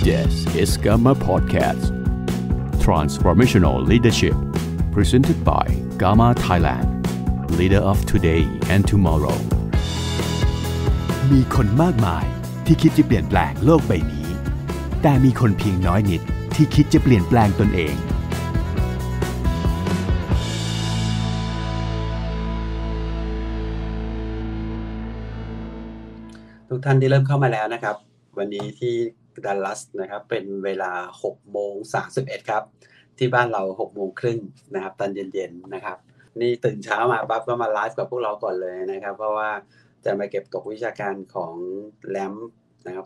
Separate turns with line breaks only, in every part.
This is Gamma Podcast Transformational Leadership Presented by Gamma Thailand Leader of Today and Tomorrow มีคนมากมายที่คิดจะเปลี่ยนแปลงโลกใบนี้แต่มีคนเพียงน้อยนิดที่คิดจะเปลี่ยนแปลงตนเอง
ทุกท่านที่เริ่มเข้ามาแล้วนะครับวันนี้ที่ดัลลัสนะครับเป็นเวลา 6:31 ครับที่บ้านเรา 6:30 นนะครับตอนเย็นๆนะครับนี่ตื่นเช้ามาปั๊บก็มาไลฟ์กับพวกเราก่อนเลยนะครับเพราะว่าจะมาเก็บตกวิชาการของแลมนะครับ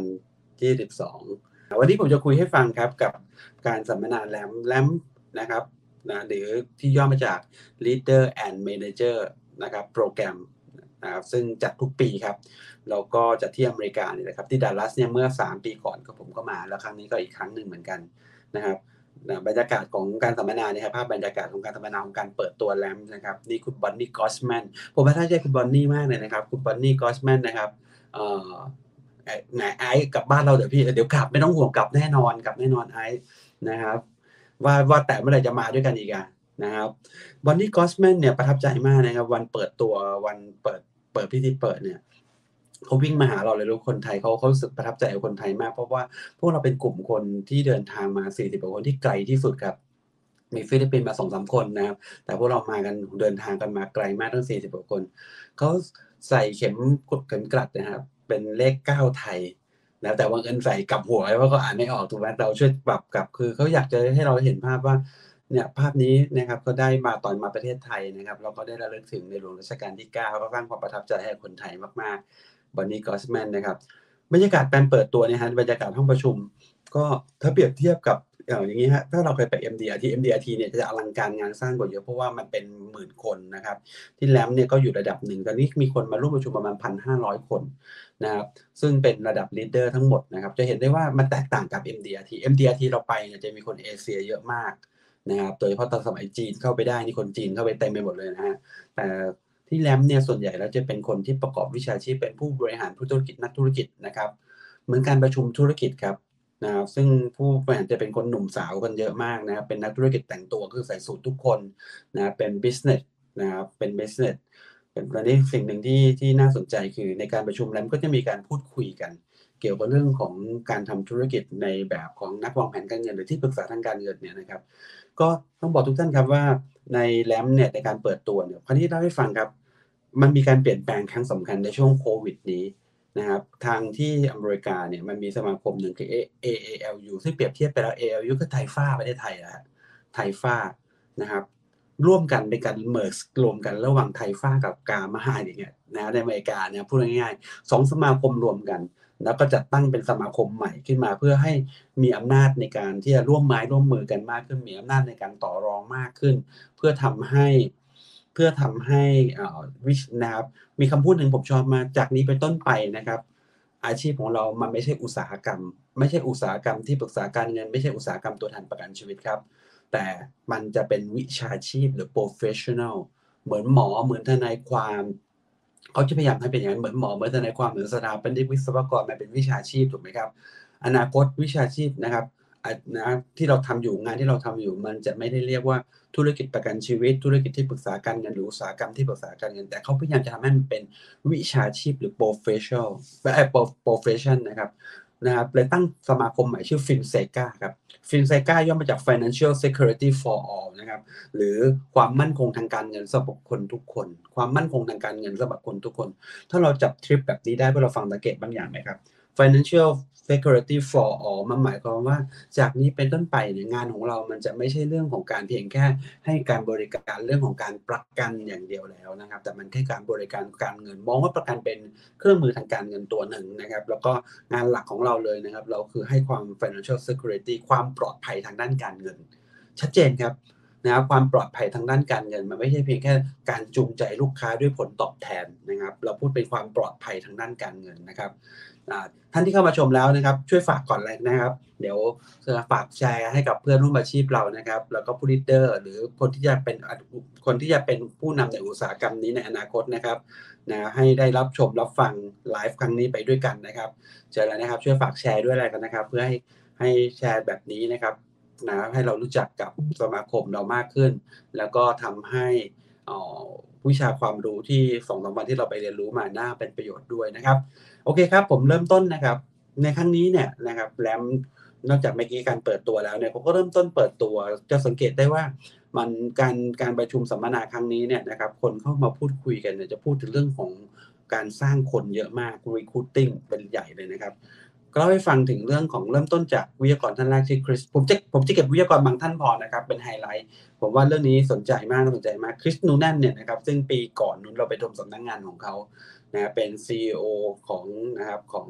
2022วันนี้ผมจะคุยให้ฟังครับกับการสัมมนาแลมนะครับหรือที่ย่อมาจาก Leader and Manager นะครับโปรแกรมนะครับซึ่งจัดทุกปีครับแล้วก็จัดที่อเมริกาเนี่ยนะครับที่ดัลลัสเนี่ยเมื่อ3ปีก่อนก็ผมก็มาแล้วครั้งนี้ก็อีกครั้งหนึ่งเหมือนกันนะครับบรรยากาศของการสัมมนาเนี่ยครับภาพบรรยากาศของการสัมมนาของการเปิดตัวแลมนะครับนี่คุณบอนนี่กอสแมนผมประทับใจคุณบอนนี่มากเลยนะครับคุณบอนนี่กอสแมนนะครับไหนไอซ์กลับบ้านเราเดี๋ยวกลับไม่ต้องห่วงกลับแน่นอนไอซ์นะครับว่าแต่เมื่อไหร่จะมาด้วยกันอีกอะนะครับบอนนี่กอสแมนเนี่ยประทับใจมากนะครับวันเปิดตัววันเปิดพิธีเปิดเนี่ยเขาวิ่งมาหาเราเลยลูกคนไทยเขารู้สึกประทับใจกับคนไทยมากเพราะว่าพวกเราเป็นกลุ่มคนที่เดินทางมา40กว่าคนที่ไกลที่สุดครับมีฟิลิปปินส์มา 2-3 คนนะครับแต่พวกเรามากันเดินทางกันมาไกลมากทั้ง40กว่าคนเขาใส่เข็มกลัดนะครับเป็นเลข9ไทยนะแต่ว่าเงินใส่กลับหัวเพราะก็อ่านไม่ออกถูกไหมเราช่วยปรับกลับคือเขาอยากจะให้เราเห็นภาพว่าเนี่ยภาพนี้นะครับก็ได้มาตอนมาประเทศไทยนะครับเราก็ได้ระลึกถึงในหลวงรัชกาลที่9ก็สร้างความประทับใจให้คนไทยมากๆบอนนี่กอสแมนนะครับบรรยากาศการเปิดตัวเนี่ยฮะบรรยากาศห้องประชุมก็ถ้าเปรียบเทียบกับอย่างนี้ฮะถ้าเราเคยไป MDRT เนี่ยจะอลังการงานสร้างกว่าเยอะเพราะว่ามันเป็นหมื่นคนนะครับที่แลมเนี่ยก็อยู่ระดับหนึ่งตอนนี้มีคนมาร่วมประชุมประมาณ 1,500 คนนะครับซึ่งเป็นระดับลีดเดอร์ทั้งหมดนะครับจะเห็นได้ว่ามันแตกต่างกับ MDRT เราไปเนี่ยจะมีคนเอเชียเยอะมากนะครับโดยเฉพาะตอนสมัยจีนเข้าไปได้นี่คนจีนเข้าไปเต็มไปหมดเลยนะฮะแต่ที่แลมเนี่ยส่วนใหญ่แล้วจะเป็นคนที่ประกอบวิชาชีพเป็นผู้บริหารผู้ธุรกิจนักธุรกิจนะครับเหมือนการประชุมธุรกิจครับนะครับซึ่งผู้บริหารจะเป็นคนหนุ่มสาวกันเยอะมากนะครับเป็นนักธุรกิจแต่งตัวคือใส่สูททุกคนนะเป็น business นะครับเป็น business เป็นประเด็นสิ่งหนึ่งที่น่าสนใจคือในการประชุมแลมก็จะมีการพูดคุยกันเกี่ยวกับเรื่องของการทำธุรกิจในแบบของนักวางแผนการเงินหรือที่ปรึกษาทางการเงินเนี่ยนะครับก็ต้องบอกทุกท่านครับว่าในแลมเนี่ยในการเปิดตัวเนี่ยคราวนี้เล่าให้ฟังครับมันมีการเปลี่ยนแปลงครั้งสำคัญในช่วงโควิดนี้นะครับทางที่อเมริกาเนี่ยมันมีสมาคมหนึ่งคือ AALU ซึ่งเปรียบเทียบไปแล้ว AALU คือไทฟ้าประเทศไทยนะฮะไทฟ้านะครับร่วมกันในการเมิร์จรวมกันระหว่างไทฟ้ากับกามาอย่างเงี้ยนะในอเมริกาเนี่ยพูดง่ายๆ2สมาคมรวมกันแล้วก็จัดตั้งเป็นสมาคมใหม่ขึ้นมาเพื่อให้มีอำนาจในการที่จะร่วมไม้ร่วมมือกันมากขึ้นมีอำนาจในการต่อรองมากขึ้นเพื่อทำให้นะครับมีคำพูดหนึ่งผมชอบมากจากนี้เป็นต้นไปนะครับอาชีพของเรามันไม่ใช่อุตสาหกรรมที่ปรึกษาการเงินไม่ใช่อุตสาหกรรมตัวแทนประกันชีวิตครับแต่มันจะเป็นวิชาชีพหรือ professional เหมือนหมอเหมือนทนายความเขาจะพยายามให้เป็นอย่างนั้นเหมือนหมอเหมือนทนายความเหมือนสถาปนิกวิศวกรมันเป็นวิชาชีพถูกไหมครับอนาคตวิชาชีพนะครับที่เราทำอยู่งานที่เราทำอยู่มันจะไม่ได้เรียกว่าธุรกิจประกันชีวิตธุรกิจที่ปรึกษาการเงินหรืออุตสาหกรรมที่ปรึกษาการเงินแต่เขาพยายามจะทำให้มันเป็นวิชาชีพหรือ profession นะครับเลยตั้งสมาคมใหม่ชื่อ FinSecA ครับ FinSecA ย่อมาจาก Financial Security for All นะครับหรือความมั่นคงทางการเงินสำหรับคนทุกคนความมั่นคงทางการเงินสำหรับคนทุกคนถ้าเราจับทริปแบบนี้ได้เพื่อเราฟังสังเกตบางอย่างไหมครับ Financial Security for All มันหมายความว่าจากนี้เป็นต้นไปเนี่ยงานของเรามันจะไม่ใช่เรื่องของการเพียงแค่ให้การบริการเรื่องของการประกันอย่างเดียวแล้วนะครับแต่มันแค่การบริการการเงินมองว่าประกันเป็นเครื่องมือทางการเงินตัวหนึ่งนะครับแล้วก็งานหลักของเราเลยนะครับเราคือให้ความ Financial Security ความปลอดภัยทางด้านการเงินชัดเจนครับนะครับความปลอดภัยทางด้านการเงินมันไม่ใช่เพียงแค่การจูงใจลูกค้าด้วยผลตอบแทนนะครับเราพูดเป็นความปลอดภัยทางด้านการเงินนะครับท่านที่เข้ามาชมแล้วนะครับช่วยฝากก่อนเลยนะครับเดี๋ยวฝากแชร์ให้กับเพื่อนร่วมอาชีพเรานะครับแล้วก็ผู้ลีดเดอร์หรือคนที่จะเป็นผู้นำในอุตสาหกรรมนี้ในอนาคตนะครับนะให้ได้รับชมรับฟังไลฟ์ครั้งนี้ไปด้วยกันนะครับเจอแล้วนะครับช่วยฝากแชร์ด้วยอะไรกันนะครับเพื่อให้แชร์แบบนี้นะครับนะให้เรารู้จักกับสมาคมเรามากขึ้นแล้วก็ทำให้วิชาความรู้ที่2-3 วันที่เราไปเรียนรู้มาน่าเป็นประโยชน์ด้วยนะครับโอเคครับผมเริ่มต้นนะครับในครั้งนี้เนี่ยนะครับแรมนอกจากเมื่อกี้การเปิดตัวแล้วเนี่ยผมก็เริ่มต้นเปิดตัวจะสังเกตได้ว่ามันการประชุมสัมมนาครั้งนี้เนี่ยนะครับคนเข้ามาพูดคุยกันเนี่ยจะพูดถึงเรื่องของการสร้างคนเยอะมาก recruiting เป็นใหญ่เลยนะครับก็เล่าให้ฟังถึงเรื่องของเริ่มต้นจากวิทยากรท่านแรกที่คริสผมจะเก็บวิทยากรบางท่านพอนะครับเป็นไฮไลท์ผมว่าเรื่องนี้สนใจมากคริสนูแนนเนี่ยนะครับซึ่งปีก่อนนู้นเราไปชมสำนักงานของเขานะเป็น CEO ของนะครับของ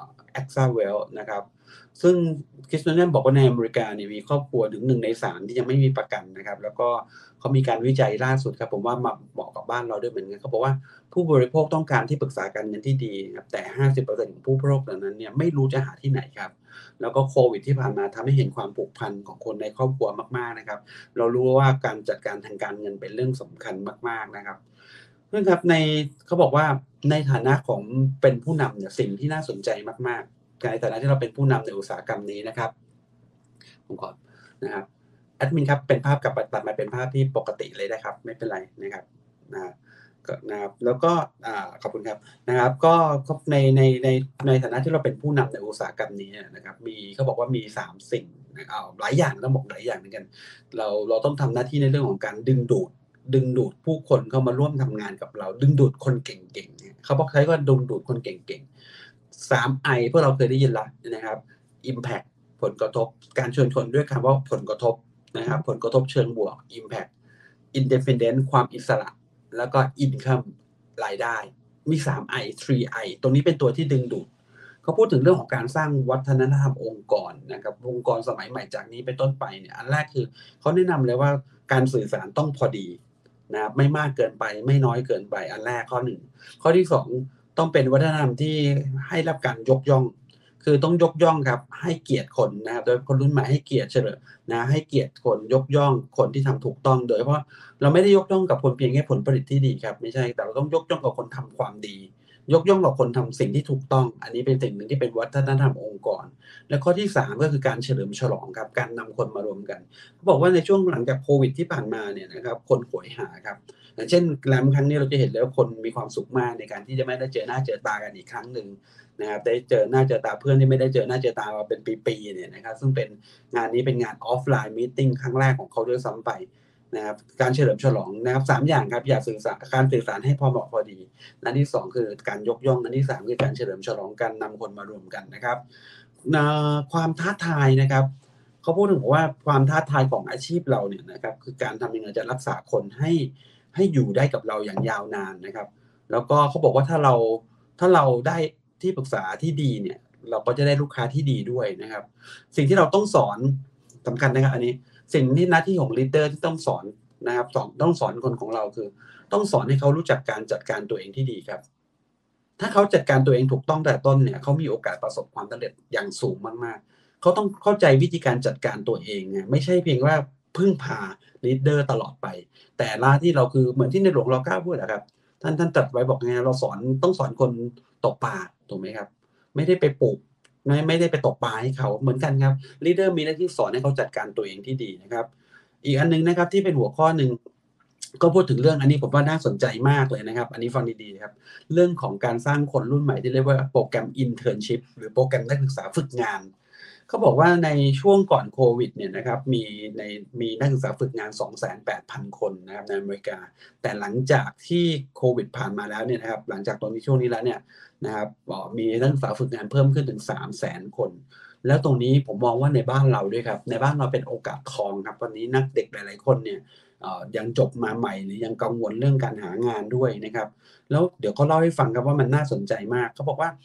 Axawell นะครับซึ่งคริสนูแนนบอกว่าในอเมริกาเนี่ยมีครอบครัวถึง1 ใน 3ที่ยังไม่มีประกันนะครับแล้วก็เขามีการวิจัยล่าสุดครับผมว่ามาเหมาะกับบ้านเราด้วยเหมือนกันเขาบอกว่าผู้บริโภคต้องการที่ปรึกษาการเงินที่ดีครับแต่ 50% ของผู้บริโภคเหล่านั้นเนี่ยไม่รู้จะหาที่ไหนครับแล้วก็โควิดที่ผ่านมาทำให้เห็นความผูกพันของคนในครอบครัวมากๆนะครับเรารู้ว่าการจัดการทางการเงินเป็นเรื่องสำคัญมากๆนะครับเพื่อนครับเขาบอกว่าในฐานะของเป็นผู้นำเนี่ยสิ่งที่น่าสนใจมากๆในฐานะที่เราเป็นผู้นำในอุตสาหกรรมนี้นะครับผมขอนะครับแอดมินครับเป็นภาพกลับตัดมาเป็นภาพที่ปกติเลยนะครับไม่เป็นไรนะครับนะครับแล้วก็ขอบคุณครับนะครับก็ในฐานะที่เราเป็นผู้นำในอุตสาหกรรมนี้นะครับเขาบอกว่ามี3สิ่งหลายอย่างต้องบอกหลายอย่างเหมือนกันเราต้องทำหน้าที่ในเรื่องของการดึงดูดผู้คนเข้ามาร่วมทำงานกับเราดึงดูดคนเก่งๆเขาบอกใช้ว่าดึงดูดคนเก่งๆ3I พวกเราเคยได้ยินละนะครับ Impact ผลกระทบการชวนคนด้วยคำว่าผลกระทบนะครับผลกระทบเชิงบวก Impact Independent ความอิสระแล้วก็ income รายได้มี 3I 3I ตรงนี้เป็นตัวที่ดึงดูดเขาพูดถึงเรื่องของการสร้างวัฒนธรรมองค์กรนะครับองค์กรสมัยใหม่จากนี้เป็นต้นไปเนี่ยอันแรกคือเขาแนะนำเลยว่าการสื่อสารต้องพอดีนะครับไม่มากเกินไปไม่น้อยเกินไปอันแรกข้อ1ข้อที่2ต้องเป็นวัฒนธรรมที่ให้รับการยกย่องคือต้องยกย่องครับให้เกียรติคนนะครับโดยคนรุ่นใหม่ให้เกียรติเฉลยนะให้เกียรติคนยกย่องคนที่ทำถูกต้องโดยเฉพาะเราไม่ได้ยกย่องกับคนเพียงแค่ผลผลิตที่ดีครับไม่ใช่แต่เราต้องยกย่องกับคนทำความดียกย่องกับคนทำสิ่งที่ถูกต้องอันนี้เป็นสิ่งหนึ่งที่เป็นวัฒนธรรมองค์กรและข้อที่3ก็คือการเฉลิมฉลองครับการนำคนมารวมกันเขาบอกว่าในช่วงหลังจากโควิดที่ผ่านมาเนี่ยนะครับคนโหยหาครับอย่างเช่นแรมครั้งนี้เราจะเห็นแล้วคนมีความสุขมากในการที่จะไม่ได้เจอหน้าเจอตากันอีกครั้งหนึ่งนะครับได้เจอหน้าเจอตาเพื่อนที่ไม่ได้เจอหน้าเจอตามาเป็นปีๆเนี่ยนะครับซึ่งเป็นงานนี้เป็นงานออฟไลน์มีตติ้งครั้งแรกของเขาด้วยซ้ำไปนะครับการเฉลิมฉลองนะครับ3อย่างครับอย่าสื่อสารการสื่อสารให้พอเหมาะพอดีและที่2คือการยกย่องและที่3คือการเฉลิมฉลองการนำคนมารวมกันนะครับความท้าทายนะครับเขาพูดถึงว่าความท้าทายของอาชีพเราเนี่ยนะครับคือการทำยังไงจะรักษาคนให้อยู่ได้กับเราอย่างยาวนานนะครับแล้วก็เขาบอกว่าถ้าเราได้ที่ปรึกษาที่ดีเนี่ยเราก็จะได้ลูกค้าที่ดีด้วยนะครับสิ่งที่เราต้องสอนสำคัญนะครับอันนี้สิ่งที่หน้าที่ของลีดเดอร์ที่ต้องสอนนะครับต้องสอนคนของเราคือต้องสอนให้เขารู้จักการจัดการตัวเองที่ดีครับถ้าเขาจัดการตัวเองถูกต้องแต่ต้นเนี่ยเขามีโอกาสประสบความสำเร็จอย่างสูงมากๆเขาต้องเข้าใจวิธีการจัดการตัวเองนะไม่ใช่เพียงว่าพึ่งพาลีดเดอร์ตลอดไปแต่ละที่เราคือเหมือนที่ในหลวงร.9 พูดนะครับท่านตรัสไว้บอกไงเราต้องสอนคนตกปลาถูกไหมครับไม่ได้ไปปลูกไม่ได้ไปตกปลาให้เขาเหมือนกันครับลีดเดอร์มีหน้าที่สอนให้เขาจัดการตัวเองที่ดีนะครับอีกอันนึงนะครับที่เป็นหัวข้อหนึ่งก็พูดถึงเรื่องอันนี้ผมว่าน่าสนใจมากเลยนะครับอันนี้ฟังดีๆครับเรื่องของการสร้างคนรุ่นใหม่ที่เรียกว่าโปรแกรม internship หรือโปรแกรมนักศึกษาฝึกงานเขาบอกว่าในช่วงก่อนโควิดเนี่ยนะครับมีนักศึกษาฝึกงาน 28,000 คนนะครับในอเมริกาแต่หลังจากที่โควิดผ่านมาแล้วเนี่ยนะครับหลังจากตอนนี้ช่วงนี้แล้วเนี่ยนะครับมีนักศึกษาฝึกงานเพิ่มขึ้นถึง 300,000 คนแล้วตรงนี้ผมมองว่าในบ้านเราด้วยครับในบ้านเราเป็นโอกาสทองครับวันนี้นักเด็กหลายๆคนเนี่ยยังจบมาใหม่หรือยังกังวลเรื่องการหางานด้วยนะครับแล้วเดี๋ยวเขาเล่าให้ฟังครับว่ามันน่าสนใจมากเขาบอกว่า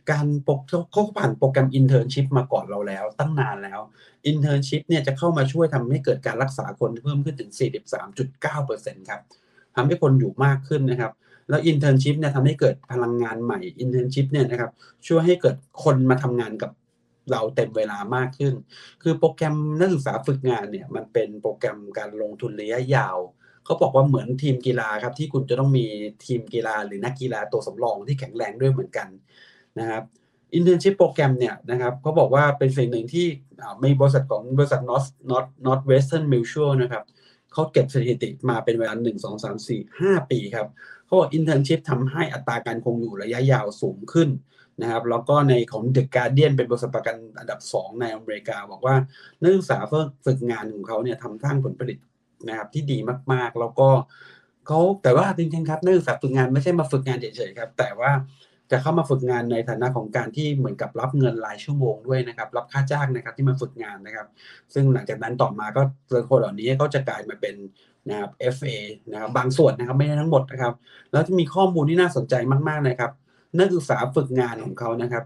การเขาผ่านโปรแกรม internship มาก่อนเราแล้วตั้งนานแล้ว internship เนี่ยจะเข้ามาช่วยทำให้เกิดการรักษาคนเพิ่มขึ้นถึง 43.9% ครับทำให้คนอยู่มากขึ้นนะครับแล้ว internship เนี่ยทำให้เกิดพลังงานใหม่ internship เนี่ยนะครับช่วยให้เกิดคนมาทำงานกับเราเต็มเวลามากขึ้นคือโปรแกรมนักศึกษาฝึกงานเนี่ยมันเป็นโปรแกรมการลงทุนระยะยาวเขาบอกว่าเหมือนทีมกีฬาครับที่คุณจะต้องมีทีมกีฬาหรือนักกีฬาตัวสำรองที่แข็งแรงด้วยเหมือนกันนะครับ internship โปรแกรมเนี่ยนะครับเขาบอกว่าเป็นสิ่งหนึ่งที่มีบริษัท Northwestern Mutual นะครับเขาเก็บสถิติมาเป็นเวลา1 2 3 4 5 ปีครับเขาบอก internship ทำให้อัตราการคงอยู่ระยะยาวสูงขึ้นนะครับแล้วก็ในของ The Guardian เป็นบริษัทประกันอันดับ2ในอเมริกาบอกว่านักศึกษาฝึกงานของเขาเนี่ยทำสร้างผลผลิตนะครับที่ดีมากๆแล้วก็เขาแต่ว่าจริงๆครับนักศึกษาฝึกงานไม่ใช่มาฝึกงานเฉยๆครับแต่ว่าจะเข้ามาฝึกงานในฐานะของการที่เหมือนกับรับเงินรายชั่วโมงด้วยนะครับรับค่าจ้างนะครับที่มาฝึกงานนะครับซึ่งหลังจากนั้นต่อมาก็คนเหล่านี้ก็จะกลายมาเป็นนะครับ FA นะครับบางส่วนนะครับไม่ได้ทั้งหมดนะครับแล้วจะมีข้อมูลที่น่าสนใจมากๆนะครับนักศึกษาฝึกงานของเขานะครับ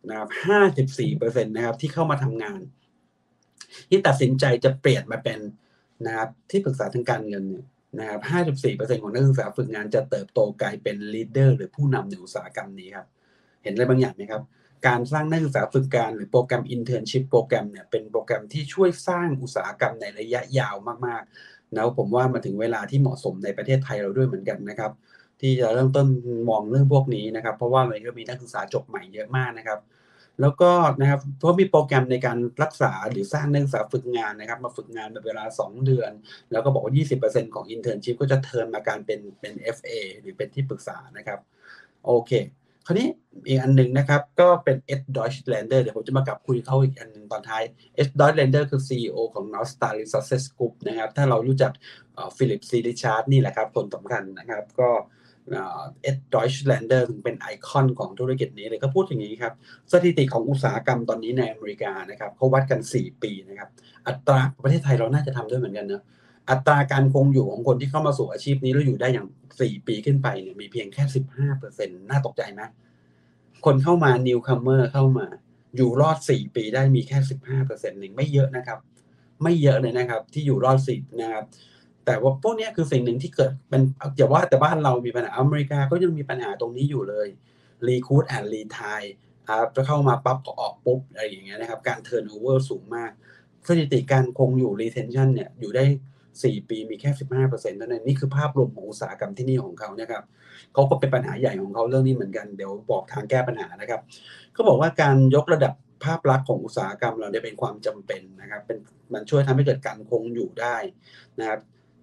54% นะครับที่เข้ามาทำงานที่ตัดสินใจจะเปลี่ยนมาเป็นนะครับที่ปรึกษาทางการเงินเนี่ยนะครับ 54% ของนักศึกษาฝึกงานจะเติบโตกลายเป็นลีดเดอร์หรือผู้นำในอุตสาหกรรมนี้ครับเห็นอะไรบางอย่างไหมครับการสร้างนักศึกษาฝึกงานหรือโปรแกรม internship โปรแกรมเนี่ยเป็นโปรแกรมที่ช่วยสร้างอุตสาหกรรมในระยะยาวมากๆแล้วผมว่ามาถึงเวลาที่เหมาะสมในประเทศไทยเราด้วยเหมือนกันนะครับที่จะเริ่มต้นมองเรื่องพวกนี้นะครับเพราะว่ามันก็มีนักศึกษาจบใหม่เยอะมากนะครับแล้วก็นะครับเพราะมีโปรแกรมในการรักษาหรือสร้างนักศึกษาฝึกงานนะครับมาฝึกงานแบบเวลา2 เดือนแล้วก็บอกว่า 20% ของ internship ก็จะเทิร์นมาการเป็น FA หรือเป็นที่ปรึกษานะครับโอเคคราวนี้อีกอันหนึ่งนะครับก็เป็น Ed Deutschlander เดี๋ยวผมจะมากลับคุยเขาอีกอันหนึ่งตอนท้าย Ed Deutschlander คือ CEO ของ North Star Resources Group นะครับถ้าเรารู้จักฟิลิป ซีริชาร์ดนี่แหละครับคนสำคัญนะครับก็เอ็ดดอยช์แลนเดอร์ถึงเป็นไอคอนของธุรกิจนี้เลยก็พูดอย่างนี้ครับสถิติของอุตสาหกรรมตอนนี้ในอเมริกานะครับเขาวัดกัน4 ปีนะครับอัตราประเทศไทยเราน่าจะทำด้วยเหมือนกันนะอัตราการคงอยู่ของคนที่เข้ามาสู่อาชีพนี้แล้วอยู่ได้อย่าง4 ปีขึ้นไปเนี่ยมีเพียงแค่ 15% น่าตกใจไหมคนเข้ามา newcomer เข้ามาอยู่รอด4 ปีได้มีแค่ 15% เองไม่เยอะนะครับไม่เยอะเลยนะครับที่อยู่รอด10นะครับแต่ว่าพวกนี้คือสิ่งหนึ่งที่เกิดเป็นอย่าว่าแต่บ้านเรามีปัญหาอเมริกาก็ยังมีปัญหาตรงนี้อยู่เลย recruit and retire จะเข้ามาปั๊บก็ออกปุ๊บอะไรอย่างเงี้ยนะครับการ turnover สูงมากสถิติการคงอยู่ retention เนี่ยอยู่ได้4 ปีมีแค่ 15% เท่านั้นนี่คือภาพรวมของอุตสาหกรรมที่นี่ของเขานะครับเขาก็เป็นปัญหาใหญ่ของเขาเรื่องนี้เหมือนกันเดี๋ยวบอกทางแก้ปัญหานะครับเขาบอกว่าการยกระดับภาพลักษณ์ของอุตสาหกรรมเราได้เป็นความจำเป็นนะครับมันช่วยทำให้เกิดการคงอยู่ได้นะครับ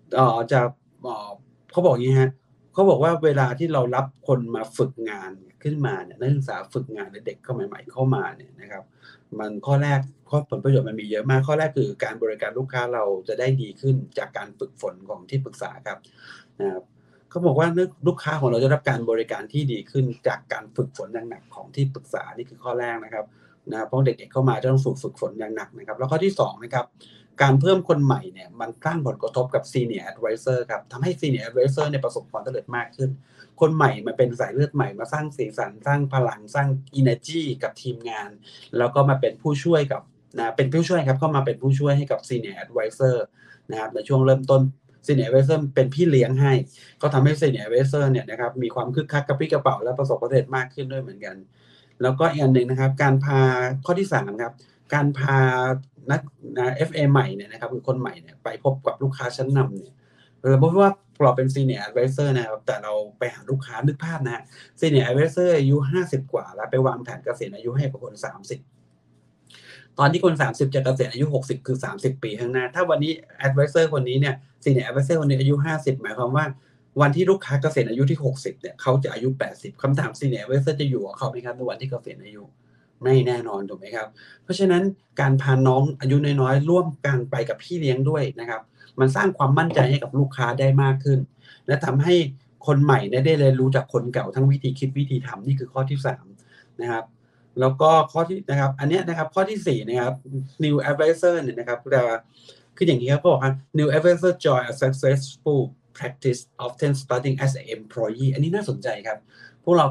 เขาบอกอย่างนี้ฮะเขาบอกว่าเวลาที่เรารับคนมาฝึกงานขึ้นมาเนี่ยนักศึกษาฝึกงานเด็กเข้าใหม่ๆเข้ามาเนี่ยนะครับมันข้อแรกข้อผลประโยชน์มันมีเยอะมากข้อแรกคือการบริการลูกค้าเราจะได้ดีขึ้นจากการฝึกฝนของที่ปรึกษาครับนะครับเขาบอกว่าลูกค้าของเราจะรับการบริการที่ดีขึ้นจากการฝึกฝนอย่างหนักของที่ปรึกษานี่คือข้อแรกนะครับเพราะเด็กๆเข้ามาจะต้องฝึกฝนอย่างหนักนะครับแล้วข้อที่2นะครับการเพิ่มคนใหม่เนี่ยมันสร้างผลกระทบกับ Senior Advisor ครับทำให้ Senior Advisor เนี่ยประสบความสำเร็จมากขึ้นคนใหม่มาเป็นสายเลือดใหม่มาสร้างสีสันสร้างพลังสร้าง energy กับทีมงานแล้วก็มาเป็นผู้ช่วยกับเป็นผู้ช่วยครับเข้ามาเป็นผู้ช่วยให้กับ Senior Advisor นะครับในช่วงเริ่มต้น Senior Advisor เป็นพี่เลี้ยงให้ก็ทำให้ Senior Advisor เนี่ยนะครับมีความคึกคักกระปรี้กระเป๋าและประสบความสำเร็จมากขึ้นด้วยเหมือนกันแล้วก็อีกอันหนึ่งนะครับการพาข้อที่3ครับการพานักFA ใหม่เนี่ยนะครับคือคนใหม่เนี่ยไปพบกับลูกค้าชั้นนำเนี่ยเพราะว่าเราเป็น Senior Advisor นะครับแต่เราไปหาลูกค้านึกภาพนะฮะ Senior Advisor อายุ50 กว่าแล้วไปวางแผนเกษียณอายุให้กับคน30ตอนที่คน30จะเกษียณอายุ60คือ30 ปีข้างหน้าถ้าวันนี้ Advisor คนนี้เนี่ย Senior Advisor คนนี้อายุ50หมายความว่าวันที่ลูกค้าเกษียณอายุที่60เนี่ยเขาจะอายุ80คำถาม Senior Advisor จะอยู่กับเขาไหมครับในวันที่เกษียณอายุไม่แน่นอนถูกไหมครับเพราะฉะนั้นการพาน้องอายุน้อยๆร่วมกันไปกับพี่เลี้ยงด้วยนะครับมันสร้างความมั่นใจให้กับลูกค้าได้มากขึ้นและทำให้คนใหม่ได้เรียนรู้จากคนเก่าทั้งวิธีคิดวิธีทำนี่คือข้อที่3นะครับแล้วก็ข้อที่นะครับอันนี้นะครับข้อที่4นะครับ New Advisor เนี่ยนะครับคืออย่างนี้ครับเขาบอกว่า New Advisor join a successful practice often starting as an employee อันนี้น่าสนใจครับพวกเราครับ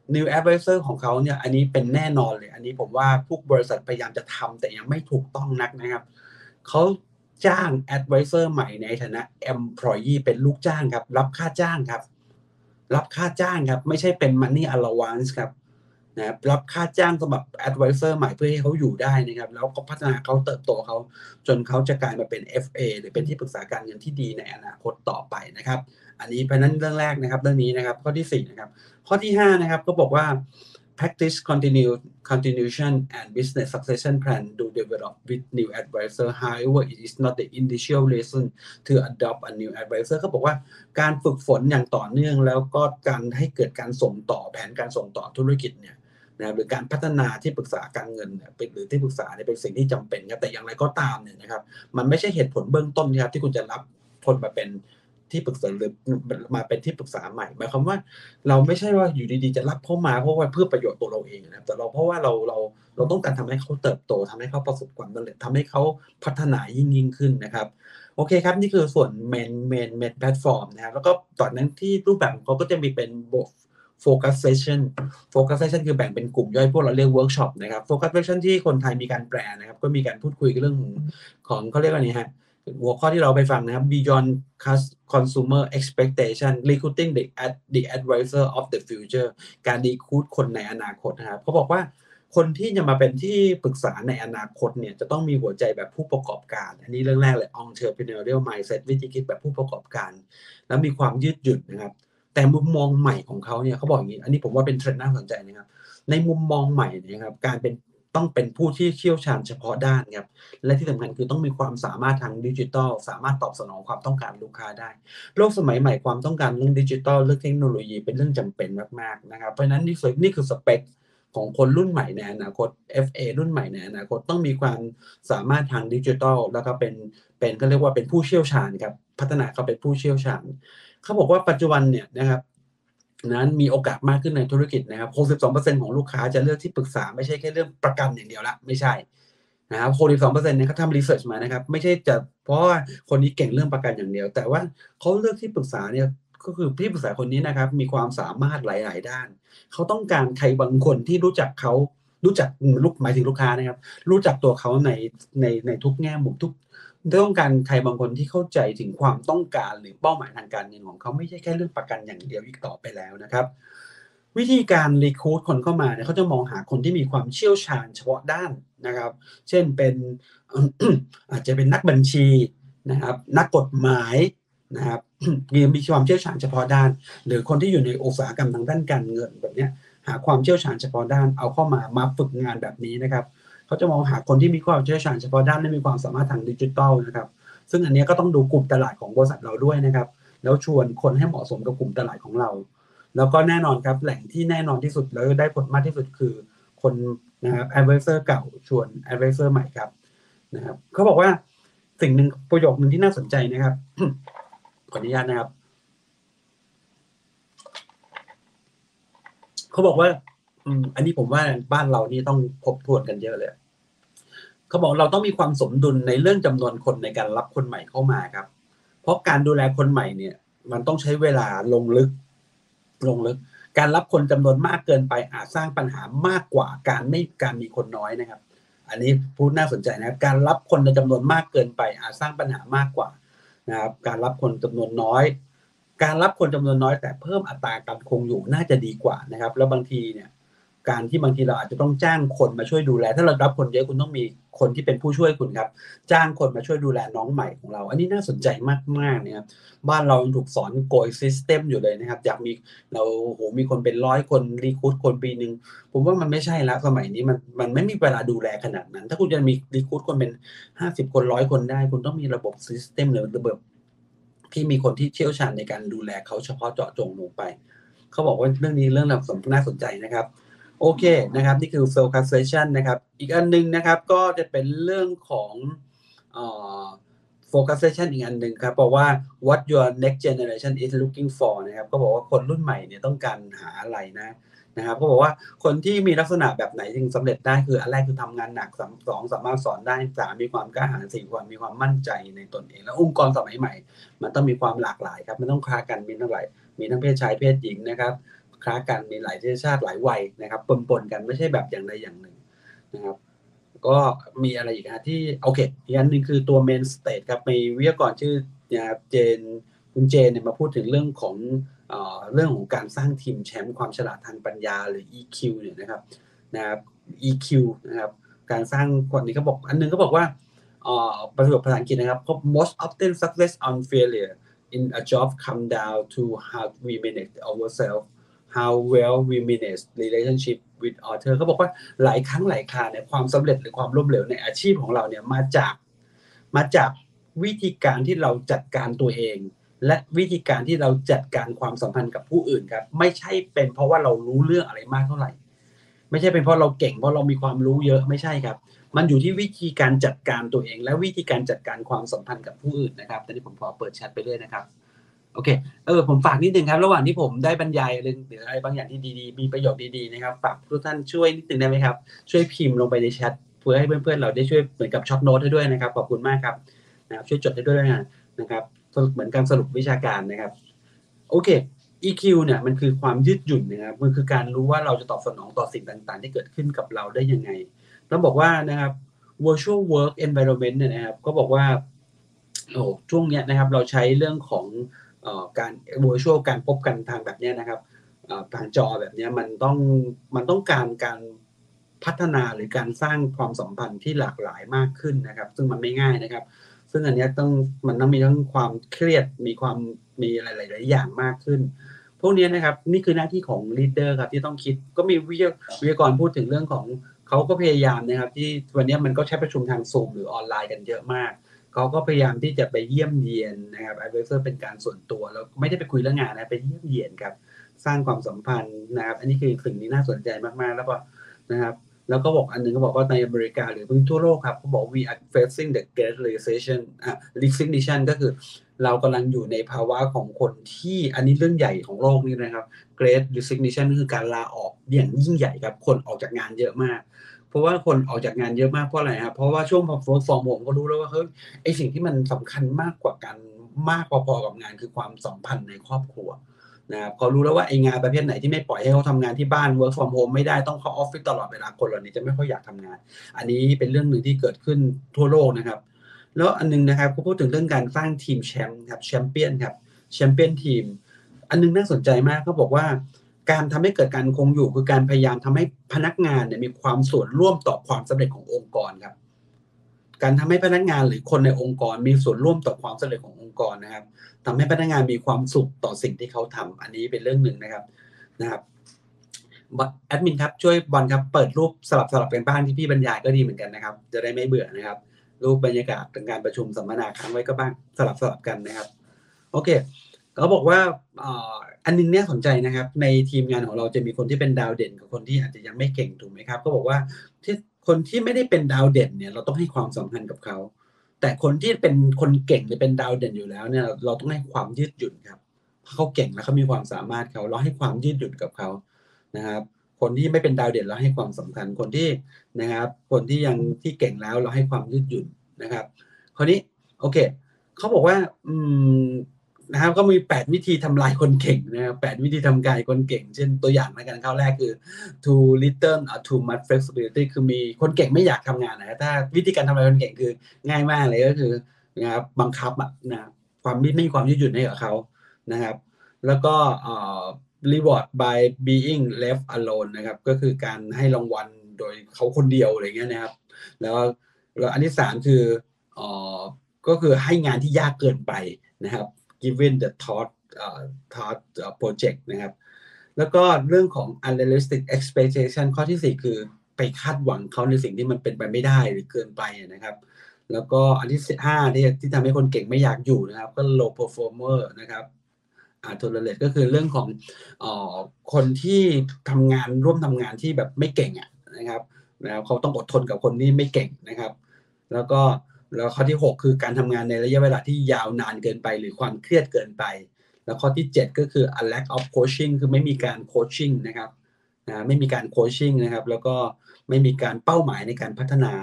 New Advisor ของเขาเนี่ยอันนี้เป็นแน่นอนเลยอันนี้ผมว่าพวกบริษัทพยายามจะทำแต่ยังไม่ถูกต้องนักนะครับเขาจ้าง Advisor ใหม่ในฐานะ Employee เป็นลูกจ้างครับรับค่าจ้างครับรับค่าจ้างครับไม่ใช่เป็น Money Allowance ครับนะครับรับค่าจ้างสำหรับ Advisor ใหม่เพื่อให้เขาอยู่ได้นะครับแล้วก็พัฒนาเขาเติบโตเขาจนเขาจะกลายมาเป็น FA หรือเป็นที่ปรึกษาการเงินที่ดีในอนาคตต่อไปนะครับอันนี้เพราะนั้นเรื่องแรกนะครับเรื่องนี้นะครับข้อที่4นะครับข้อที่5นะครับก็บอกว่า practice continuation and business succession plan to develop with new advisor however it is not the initial reason to adopt a new advisor เขาบอกว่าการฝึกฝนอย่างต่อเนื่องแล้วก็การให้เกิดการส่งต่อแผนการส่งต่อธุรกิจเนี่ยนะหรือการพัฒนาที่ปรึกษาการเงินเนี่ยหรือที่ปรึกษาเนี่ยเป็นสิ่งที่จำเป็นครับแต่อย่างไรก็ตามเนี่ยนะครับมันไม่ใช่เหตุผลเบื้องต้นนะครับที่คุณจะรับคนมาเป็นที่ปรึกษาหรือมาเป็นที่ปรึกษาใหม่หมายความว่าเราไม่ใช่ว่าอยู่ดีๆจะรับเข้ามาเพราะว่าเพื่อประโยชน์ตัวเราเองนะครับแต่เราเพราะว่าเราต้องการทำให้เขาเติบโตทำให้เขาประสบความสำเร็จทำให้เขาพัฒนายิ่งขึ้นนะครับโอเคครับนี่คือส่วนเมนแพลตฟอร์มนะครับแล้วก็ตอนนั้นที่รูปแบบเขาก็จะมีเป็นโฟกัสเซสชั่นคือแบ่งเป็นกลุ่มย่อยพวกเราเรียกเวิร์กช็อปนะครับโฟกัสเซสชั่นที่คนไทยมีการแปลนะครับก็มีการพูดคุยเรื่องของเขาเรียกว่าไงฮะหัวข้อที่เราไปฟังนะครับ Beyond Consumer Expectation Recruiting the Advisor of the Future การรีคูทคนในอนาคตนะครับเขาบอกว่าคนที่จะมาเป็นที่ปรึกษาในอนาคตเนี่ยจะต้องมีหัวใจแบบผู้ประกอบการอันนี้เรื่องแรกเลย Entrepreneurial Mindset วิธีคิดแบบผู้ประกอบการแล้วมีความยืดหยุ่นนะครับแต่มุมมองใหม่ของเขาเนี่ยเขาบอกอย่างนี้อันนี้ผมว่าเป็นเทรนด์น่าสนใจนะครับในมุมมองใหม่นะครับการต้องเป็นผู้ที่เชี่ยวชาญเฉพาะด้านครับและที่สำคัญคือต้องมีความสามารถทางดิจิทัลสามารถตอบสนองความต้องการลูกค้าได้โลกสมัยใหม่ความต้องการเรื่องดิจิทัลเรื่องเทคโนโลยีเป็นเรื่องจำเป็นมากๆนะครับเพราะฉะนั้นนี่คือสเปคของคนรุ่นใหม่ในอนาคต FA รุ่นใหม่ในอนาคตต้องมีความสามารถทางดิจิทัลแล้วก็เป็นก็เรียกว่าเป็นผู้เชี่ยวชาญครับพัฒนาเขาเป็นผู้เชี่ยวชาญเขาบอกว่าปัจจุบันเนี่ยนะครับนั้นมีโอกาสมากขึ้นในธุรกิจนะครับ 62% ของลูกค้าจะเลือกที่ปรึกษาไม่ใช่แค่เรื่องประกันอย่างเดียวละไม่ใช่นะครับ 62% เนี่ยเขาทำรีเสิร์ชมานะครับไม่ใช่จะเพราะว่าคนนี้เก่งเรื่องประกันอย่างเดียวแต่ว่าเขาเลือกที่ปรึกษาเนี่ยก็คือที่ปรึกษาคนนี้นะครับมีความสามารถหลายๆด้านเขาต้องการใครบางคนที่รู้จักหมายถึงลูกค้านะครับรู้จักตัวเขาในทุกแง่มุมต้องการใครบางคนที่เข้าใจถึงความต้องการหรือเป้าหมายทางการเงินของเขาไม่ใช่แค่เรื่องประกันอย่างเดียวอีกต่อไปแล้วนะครับวิธีการรีครูทคนเข้ามาเนี่ยเขาจะมองหาคนที่มีความเชี่ยวชาญเฉพาะด้านนะครับเช่นเป็น อาจจะเป็นนักบัญชีนะครับนักกฎหมายนะครับ มีความเชี่ยวชาญเฉพาะด้านหรือคนที่อยู่ในอุตสาหกรรมทางด้านการเงินแบบนี้หาความเชี่ยวชาญเฉพาะด้านเอาเข้ามาฝึกงานแบบนี้นะครับเขาจะมองหาคนที่มีความเชี่ยวชาญเฉพาะด้านและมีความสามารถทางดิจิทัลนะครับซึ่งอันนี้ก็ต้องดูกลุ่มตลาดของบริษัทเราด้วยนะครับแล้วชวนคนให้เหมาะสมกับกลุ่มตลาดของเราแล้วก็แน่นอนครับแหล่งที่แน่นอนที่สุดแล้วได้ผลมากที่สุดคือคนนะครับ advisor เก่าชวน advisor ใหม่ครับนะครับเขาบอกว่าสิ่งหนึ่งประโยคนึงที่น่าสนใจนะครับ ขออนุญาตนะครับเขาบอกว่าอันนี้ผมว่าบ้านเรานี่ต้องทบทวนกันเยอะเลยเขาบอกเราต้องมีความสมดุลในเรื่องจำนวนคนในการรับคนใหม่เข้ามาครับเพราะการดูแลคนใหม่เนี่ยมันต้องใช้เวลาลงลึกการรับคนจำนวนมากเกินไปอาจสร้างปัญหามากกว่าการมีคนน้อยนะครับอันนี้พูดน่าสนใจนะครับการรับคนในจำนวนมากเกินไปอาจสร้างปัญหามากกว่านะครับการรับคนจำนวนน้อยแต่เพิ่มอัตราการคงอยู่น่าจะดีกว่านะครับแล้วบางทีเนี่ยการที่บางทีเราอาจจะต้องจ้างคนมาช่วยดูแลถ้าเรารับคนเยอะคุณต้องมีคนที่เป็นผู้ช่วยคุณครับจ้างคนมาช่วยดูแลน้องใหม่ของเราอันนี้น่าสนใจมากๆนะครับบ้านเราถูกสอนโกยซิสเต็มอยู่เลยนะครับอยากมีมีคนเป็น100คนรีคูดคนปีนึงผมว่ามันไม่ใช่แล้วสมัยนี้มันไม่มีเวลาดูแลขนาดนั้นถ้าคุณจะมีรีคูดคนเป็น50คน100คนได้คุณต้องมีระบบซิสเต็มหรือระบบที่มีคนที่เชี่ยวชาญในการดูแลเขาเฉพาะเจาะจงลงไปเขาบอกว่าเรื่องนี้เรื่องน่าสนใจนะครับโอเคนะครับนี่คือ focusation นะครับอีกอันนึงนะครับก็จะเป็นเรื่องของfocusation อีกอันนึงครับบอกว่า what your next generation is looking for นะครับก็บอกว่าคนรุ่นใหม่เนี่ยต้องการหาอะไรนะครับก็บอกว่าคนที่มีลักษณะแบบไหนจึงสำเร็จได้คืออันแรกคือทำงานหนัก2สามารถสอนได้3มีความกล้าหาญ4ความมีความมั่นใจในตนเองและองค์กรสมัยใหม่มันต้องมีความหลากหลายครับมันต้องคลากันมีทั้งเพศชายเพศหญิงนะครับคล้ากันมีหลายเชื้อชาติหลายวัยนะครับปนกันไม่ใช่แบบอย่างใดอย่างหนึ่งนะครับก็มีอะไรอีกฮะที่โอเคอีกอันหนึ่งคือตัว main stage ครับมีวิทยากรชื่อนะครับคุณเจนเนี่ยมาพูดถึงเรื่องของเรื่องของการสร้างทีมแชมป์ความฉลาดทางปัญญาหรือ EQ เนี่ยนะครับEQ นะครับการสร้างคนนี้เขาบอกอันนึงเขาบอกว่าประโยคภาษาอังกฤษนะครับ most often success on failure in a job come down to how we manage ourselves how well we manage relationship with other เขาบอกว่าหลายครั้งหลายคราเนี่ยความสำเร็จหรือความล้มเหลวในอาชีพของเราเนี่ยมาจากวิธีการที่เราจัดการตัวเองและวิธีการที่เราจัดการความสัมพันธ์กับผู้อื่นครับไม่ใช่เป็นเพราะว่าเรารู้เรื่องอะไรมากเท่าไหร่ไม่ใช่เป็นเพราะเราเก่งเพราะเรามีความรู้เยอะไม่ใช่ครับมันอยู่ที่วิธีการจัดการตัวเองและวิธีการจัดการความสัมพันธ์กับผู้อื่นนะครับตอนนี้ผมขอเปิดแชทไปด้วยนะครับโอเคผมฝากนิดนึงครับระหว่างที่ผมได้บรรยายหรืออะไรบางอย่างที่ดีๆมีประโยชน์ดีๆนะครับฝากทุกท่านช่วยนิดนึงได้ไหมครับช่วยพิมพ์ลงไปในแชทเพื่อให้เพื่อนๆเราได้ช่วยเหมือนกับช็อตโน้ตให้ด้วยนะครับขอบคุณมากครับนะครับช่วยจดให้ด้วยนะครับเหมือนการสรุปวิชาการนะครับโอเค EQ เนี่ยมันคือความยืดหยุ่นนะครับมันคือการรู้ว่าเราจะตอบสนองต่อสิ่งต่างๆที่เกิดขึ้นกับเราได้ยังไงแล้วบอกว่านะครับ virtual work environment เนี่ยนะครับก็บอกว่าช่วงเนี้ยนะครับเราใช้เรื่องของการ virtual การพบกันทางแบบเนี้ยนะครับทางจอแบบเนี้ยมันต้องการพัฒนาหรือการสร้างความสัมพันธ์ที่หลากหลายมากขึ้นนะครับซึ่งมันไม่ง่ายนะครับซึ่งอันนี้มันต้องมีทั้งความเครียดมีหลายๆอย่างมากขึ้นพวกนี้นะครับนี่คือหน้าที่ของ leader ครับที่ต้องคิดก็มีวิทยากรพูดถึงเรื่องของเขาก็พยายามนะครับที่วันนี้มันก็ใช้ประชุมทาง Zoom หรือออนไลน์กันเยอะมากเขาก็พยายามที่จะไปเยี่ยมเยียนนะครับ advisor เป็นการส่วนตัวแล้วไม่ได้ไปคุยเรื่องงานนะไปเยี่ยมเยียนครับสร้างความสัมพันธ์นะครับอันนี้คือสิ่งที่น่าสนใจมากๆแล้วก็นะครับแล้วก็บอกอันนึงก็บอกว่าในอเมริกาหรือทั่วโลกครับเขาบอก we are facing the great resignation ก็คือเรากำลังอยู่ในภาวะของคนที่อันนี้เรื่องใหญ่ของโลกนี่นะครับ great resignation ก็คือการลาออกอย่างยิ่งใหญ่ครับคนออกจากงานเยอะมากเพราะว่าคนออกจากงานเยอะมากเพราะอะไรครับเพราะว่าช่วง work from home ก็รู้แล้วว่าเฮ้ยไอสิ่งที่มันสำคัญมากกว่ากันมากพอๆกับงานคือความสัมพันธ์ในครอบครัวนะครับเขารู้แล้วว่าไองานประเภทไหนที่ไม่ปล่อยให้เขาทำงานที่บ้าน work from home ไม่ได้ต้องเข้าออฟฟิศตลอดเวลาคนเหล่านี้จะไม่ค่อยอยากทำงานอันนี้เป็นเรื่องหนึ่งที่เกิดขึ้นทั่วโลกนะครับแล้วอันนึงนะครับเขาพูดถึงเรื่องการสร้างทีมแชมป์ครับแชมเปี้ยนครับแชมเปี้ยนทีมอันนึงน่าสนใจมากเขาบอกว่าการทำให้เกิดการคงอยู่คือการพยายามทำให้พนักงานเนี่ยมีความส่วนร่วมต่อความสำเร็จขององค์กรครับการทำให้พนักงานหรือคนในองค์กรมีส่วนร่วมต่อความสำเร็จขององค์กรนะครับทำให้พนักงานมีความสุขต่อสิ่งที่เขาทำอันนี้เป็นเรื่องหนึ่งนะครับแอดมินครับช่วยบอลครับเปิดรูปสลับกันบ้างที่พี่บรรยายก็ดีเหมือนกันนะครับจะได้ไม่เบื่อนะครับรูปบรรยากาศการประชุมสัมมนาค้างไว้ก็บ้างสลับกันนะครับโอเคเขาบอกว่าอันนึงเนี่ยสนใจนะครับในทีมงานของเราจะมีคนที่เป็นดาวเด่นกับคนที่อาจจะยังไม่เก่งถูกไหมครับก็บอกว่าคนที่ไม่ได้เป็นดาวเด่นเนี่ยเราต้องให้ความสำคัญกับเขาแต่คนที่เป็นคนเก่งหรือเป็นดาวเด่นอยู่แล้วเนี่ยเราต้องให้ความยืดหยุ่นครับเพราะเขาเก่งและเขามีความสามารถเราให้ความยืดหยุ่นกับเขานะครับคนที่ไม่เป็นดาวเด่นเราให้ความสำคัญคนที่นะครับคนที่ยังที่เก่งแล้วเราให้ความยืดหยุ่นนะครับคราวนี้โอเคเขาบอกว่านะครับก็มี8วิธีทำลายคนเก่งนะครับ8วิธีทำลายคนเก่งเช่นตัวอย่างในการข้อแรกคือ too little or too much flexibility คือมีคนเก่งไม่อยากทำงานนะถ้าวิธีการทำลายคนเก่งคือง่ายมากเลยก็คือนะครับบังคับนะความไม่มีความยืดหยุ่นให้กับเขานะครับแล้วก็reward by being left alone นะครับก็คือการให้รางวัลโดยเขาคนเดียวอะไรเงี้ยนะครับแล้วอันที่3คือก็คือให้งานที่ยากเกินไปนะครับ given the thought project นะครับแล้วก็เรื่องของ unrealistic expectation ข้อที่4คือไปคาดหวังเขาในสิ่งที่มันเป็นไปไม่ได้หรือเกินไปนะครับแล้วก็อันที่5ที่ทำให้คนเก่งไม่อยากอยู่นะครับก็ low performer นะครับtolerate ก็คือเรื่องของคนที่ร่วมทำงานที่แบบไม่เก่งนะครับเขาต้องอดทนกับคนที่ไม่เก่งนะครับแล้วข้อที่6คือการทำงานในระยะเวลาที่ยาวนานเกินไปหรือความเครียดเกินไปแล้วข้อที่7ก็คือ a lack of coaching คือไม่มีการโคชชิ่งนะครับไม่มีการโคชชิ่งนะครับแล้วก็ไม่มีการเป้าหมายในการพัฒนา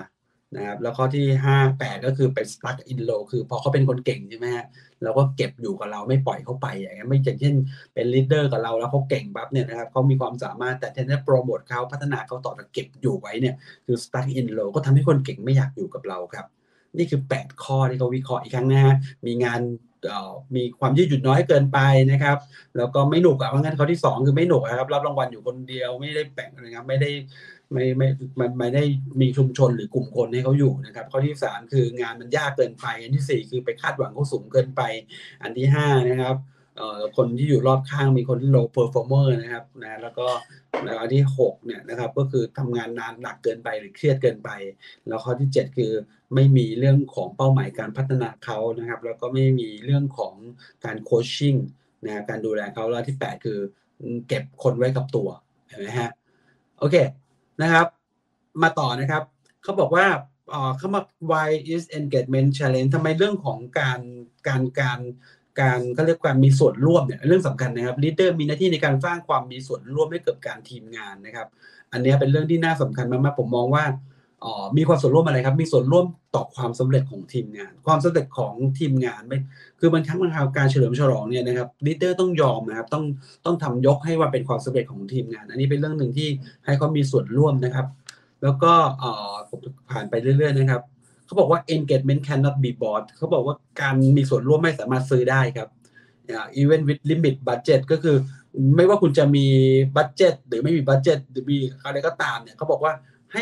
นะครับแล้วข้อที่5 8ก็คือเป็น stuck in low คือพอเขาเป็นคนเก่งใช่ไหมฮะเราก็เก็บอยู่กับเราไม่ปล่อยเขาไปอย่างเงี้ยไม่อย่างเช่นเป็น leader กับเราแล้วเขาเก่งปั๊บเนี่ยนะครับเขามีความสามารถแต่แทนที่จะโปรโมทเขาพัฒนาเขาต่อแต่เก็บอยู่ไว้เนี่ยคือ stuck in low ก็ทำให้คนเก่งไม่อยากอยู่กับเราครับนี่คือ8ข้อที่เขาวิเคราะห์อีกครั้งนะฮะมีงานมีความยืดหยุ่นน้อยเกินไปนะครับแล้วก็ไม่หนุกว่างั้นข้อที่2คือไม่หนุกครับรับรางวัลอยู่คนเดียวไม่ได้แบ่งนะครับไม่ได้มีชุมชนหรือกลุ่มคนให้เขาอยู่นะครับข้อที่3คืองานมันยากเกินไปอันที่4คือไปคาดหวังเขาสูงเกินไปอันที่5นะครับคนที่อยู่รอบข้างมีคนที่ low performer นะครับนะแล้วก็อันที่6เนี่ยนะครับก็คือทำงานนานหนักเกินไปหรือเครียดเกินไปแล้วข้อที่7คือไม่มีเรื่องของเป้าหมายการพัฒนาเขานะครับแล้วก็ไม่มีเรื่องของการโคชชิ่งนะการดูแลเขาแล้วที่8คือเก็บคนไว้กับตัวเห็นไหมฮะโอเคนะครับมาต่อนะครับเขาบอกว่าเขามา why is engagement challenge ทำไมเรื่องของการเขาเรียกการมีส่วนร่วมเนี่ยเรื่องสำคัญนะครับ leader มีหน้าที่ในการสร้างความมีส่วนร่วมให้กับการทีมงานนะครับอันนี้เป็นเรื่องที่น่าสำคัญมากๆผมมองว่ามีความส่วนร่วมอะไรครับมีส่วนร่วมต่อความสำเร็จของทีมงานความสำเร็จของทีมงานไม่คือบางครั้งการเฉลิมฉลองเนี่ยนะครับลีดเดอร์ต้องยอมนะครับต้องทำยกให้ว่าเป็นความสำเร็จของทีมงานอันนี้เป็นเรื่องหนึ่งที่ให้เขามีส่วนร่วมนะครับแล้วก็ผมผ่านไปเรื่อยๆนะครับเขาบอกว่า engagement cannot be bought เขาบอกว่าการมีส่วนร่วมไม่สามารถซื้อได้ครับeven with limit budget ก็คือไม่ว่าคุณจะมีบัดเจ็ตหรือไม่มีบัดเจ็ตหรือมีอะไรก็ตามเนี่ยเขาบอกว่า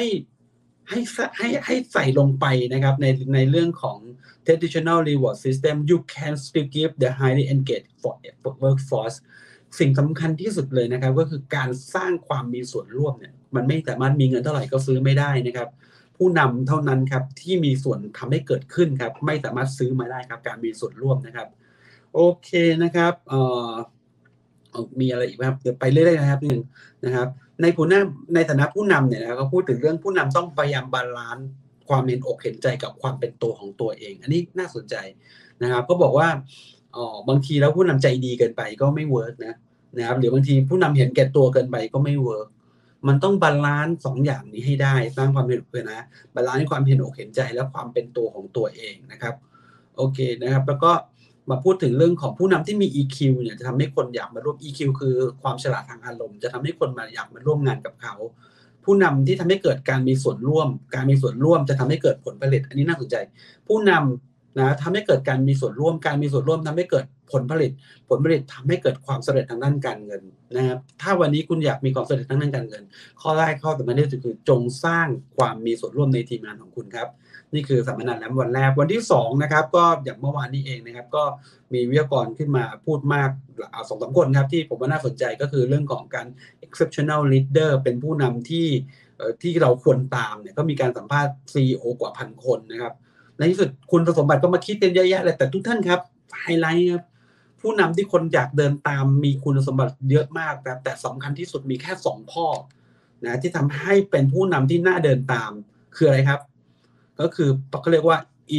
ให้ใส่ลงไปนะครับในเรื่องของ traditional reward system you can still give the highly engaged workforce สิ่งสำคัญที่สุดเลยนะครับก็คือการสร้างความมีส่วนร่วมเนี่ยมันไม่สามารถมีเงินเท่าไหร่ก็ซื้อไม่ได้นะครับผู้นำเท่านั้นครับที่มีส่วนทำให้เกิดขึ้นครับไม่สามารถซื้อมาได้ครับการมีส่วนร่วมนะครับโอเคนะครับมีอะไรอีกไหมครับเดี๋ยวไปเรื่อยๆนะครับนึงนะครับในฐานะผู้นำเนี่ยนะเขาพูดถึงเรื่องผู้นำต้องพยายามบาลานซ์ความเห็นอกเห็นใจกับความเป็นตัวของตัวเองอันนี้น่าสนใจนะครับก็บอกว่าบางทีแล้วผู้นำใจดีเกินไปก็ไม่เวิร์กนะครับหรือบางทีผู้นำเห็นแก่ตัวเกินไปก็ไม่เวิร์กมันต้องบาลานซ์2อย่างนี้ให้ได้สร้างความเห็นอกนะบาลานซ์ความเห็นอกเห็นใจและความเป็นตัวของตัวเองนะครับโอเคนะครับแล้วก็มาพูดถึงเรื่องของผู้นำที่มี EQ เนี่ยจะทำให้คนอยากมาร่วม EQ คือความฉลาดทางอารมณ์จะทำให้คนอยากมาร่วมงานกับเขาผู้นำที่ทำให้เกิดการมีส่วนร่วมจะทำให้เกิดผลผลิตอันนี้น่าสนใจผู้นำนะทำให้เกิดการมีส่วนร่วมทำให้เกิดผลผลิตทำให้เกิดความสำเร็จทางด้านการเงินนะครับถ้าวันนี้คุณอยากมีความสำเร็จทางด้านการเงินข้อแรกข้อสำคัญที่สุดคือจงสร้างความมีส่วนร่วมในทีมงานของคุณครับนี่คือสัมมนาแลมวันแรกวันที่2นะครับก็อย่างเมื่อวานนี้เองนะครับก็มีวิทยากรขึ้นมาพูดมาก2-3 คนครับที่ผมว่าน่าสนใจก็คือเรื่องของการ exceptional leader เป็นผู้นำที่เราควรตามเนี่ยก็มีการสัมภาษณ์ CEO กว่า 1,000 คนนะครับในที่สุดคุณสมบัติก็มาคิดกันเยอะแยะเลยแต่ทุกท่านครับไฮไลท์ครับผู้นำที่คนอยากเดินตามมีคุณสมบัติเยอะมากแต่สำคัญที่สุดมีแค่2ข้อนะที่ทำให้เป็นผู้นำที่น่าเดินตามคืออะไรครับก็คือเขาเรียกว่า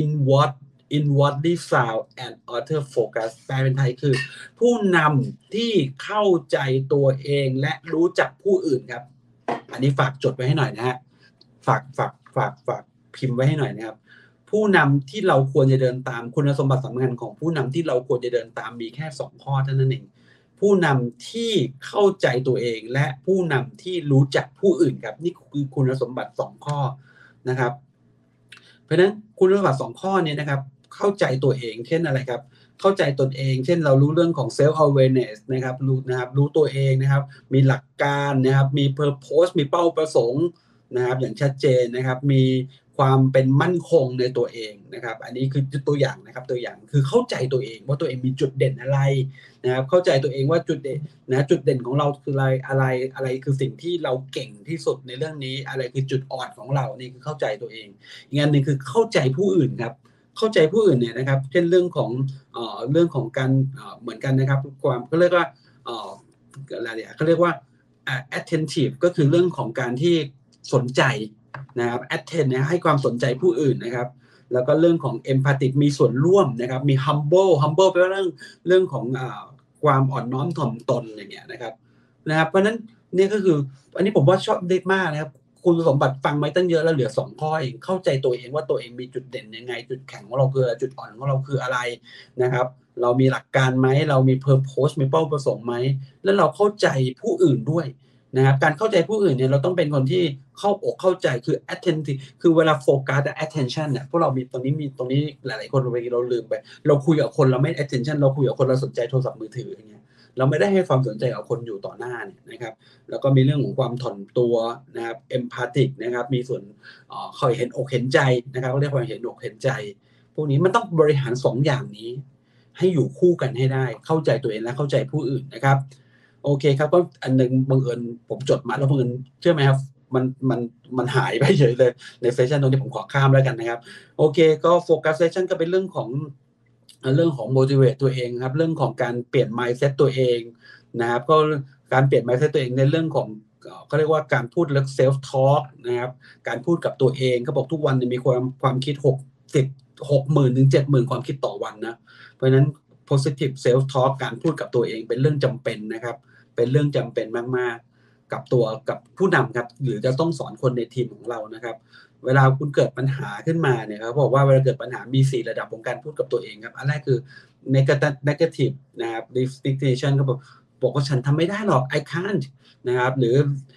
inwardly sound and outer focus แปลเป็นไทยคือผู้นำที่เข้าใจตัวเองและรู้จักผู้อื่นครับอันนี้ฝากจดไว้ให้หน่อยนะฮะฝากพิมพ์ไว้ให้หน่อยนะครับผู้นำที่เราควรจะเดินตามคุณสมบัติสำคัญของผู้นำที่เราควรจะเดินตามมีแค่2ข้อเท่านั้นเองผู้นำที่เข้าใจตัวเองและผู้นำที่รู้จักผู้อื่นครับนี่คือคุณสมบัติ2ข้อนะครับเพราะฉะนั้นคุณสมบัติ2ข้อนี้นะครับเข้าใจตัวเองเช่นอะไรครับเข้าใจตนเองเช่นเรารู้เรื่องของ self awareness นะครับรู้ตัวเองนะครับมีหลักการนะครับมี purpose มีเป้าประสงค์นะครับอย่างชัดเจนนะครับมีความเป็นมั่นคงในตัวเองนะครับอันนี้คือตัวอย่างนะครับตัวอย่างคือเข้าใจตัวเองว่าตัวเองมีจุดเด่นอะไรนะครับเข้าใจตัวเองว่าจุดเด่นของเราคืออะไรคือสิ่งที่เราเก่งที่สุดในเรื่องนี้อะไรคือจุดอ่อนของเรานี่คือเข้าใจตัวเองอีกอันหนึ่งคือเข้าใจผู้อื่นครับเข้าใจผู้อื่นเนี่ยนะครับเช่นเรื่องของการเหมือนกันนะครับความก็เรียกว่าอะไรเนี่ยเขาเรียกว่าattentive ก็คือเรื่องของการที่สนใจนะครับ attend ให้ความสนใจผู้อื่นนะครับแล้วก็เรื่องของ empathic มีส่วนร่วมนะครับมี humble แปลว่าเรื่องของความอ่อนน้อมถ่อมตนอย่างเงี้ยนะครับเพราะนั้นนี่ก็คืออันนี้ผมว่าชอบเด็ดมากนะครับคุณสมบัติฟังมาตั้งเยอะแล้วเหลือ2ข้อเองเข้าใจตัวเองว่าตัวเองมีจุดเด่นยังไงจุดแข็งของเราคืออะไรจุดอ่อนของเราคืออะไรนะครับเรามีหลักการไหมเรามี purpose มีเป้าประสงค์ไหมแล้วเราเข้าใจผู้อื่นด้วยนะครับการเข้าใจผู้อื่นเนี่ยเราต้องเป็นคนที่เข้าอกเข้าใจคือ attentive คือเวลาโฟกัส attention เนี่ยพวกเรามีตรงนี้หลายๆคนบางทีเราลืมไปเราคุยกับคนเราไม่ attention เราคุยกับคนเราสนใจโทรศัพท์มือถืออย่างเงี้ยเราไม่ได้ให้ความสนใจกับคนอยู่ต่อหน้าเนี่ยนะครับแล้วก็มีเรื่องของความถ่อมตัวนะครับ empathic นะครับมีส่วนคอยเห็นอกเห็นใจนะครับเขาเรียกว่าเห็นอกเห็นใจพวกนี้มันต้องบริหาร2อย่างนี้ให้อยู่คู่กันให้ได้เข้าใจตัวเองและเข้าใจผู้อื่นนะครับโอเคครับก็อันนึงบังเอิญผมจดมาแล้วบังเอิญเชื่อไหมครับมันหายไปเฉยเลยในเซสชันตรงนี้ผมขอข้ามแล้วกันนะครับโอเคก็โฟกัสเซสชันก็เป็นเรื่องของmotivate ตัวเองครับเรื่องของการเปลี่ยน mindset ตัวเองนะครับก็การเปลี่ยน mindset ตัวเองในเรื่องของเขาเรียกว่าการพูดเรื่อง self talk นะครับการพูดกับตัวเองเขาบอกทุกวันมีความคิด60,000 ถึง 70,000 ความคิดต่อวันนะเพราะฉะนั้น positive self talk การพูดกับตัวเองเป็นเรื่องจำเป็นนะครับเป็นเรื่องจำเป็นมากๆกับผู้นำครับหรือจะต้องสอนคนในทีมของเรานะครับเวลาคุณเกิดปัญหาขึ้นมาเนี่ยครับบอกว่าเวลาเกิดปัญหามี4ระดับของการพูดกับตัวเองครับอันแรกคือ negative นะครับ distinction ก็บอกว่าฉันทำไม่ได้หรอก I can't นะครับหรือ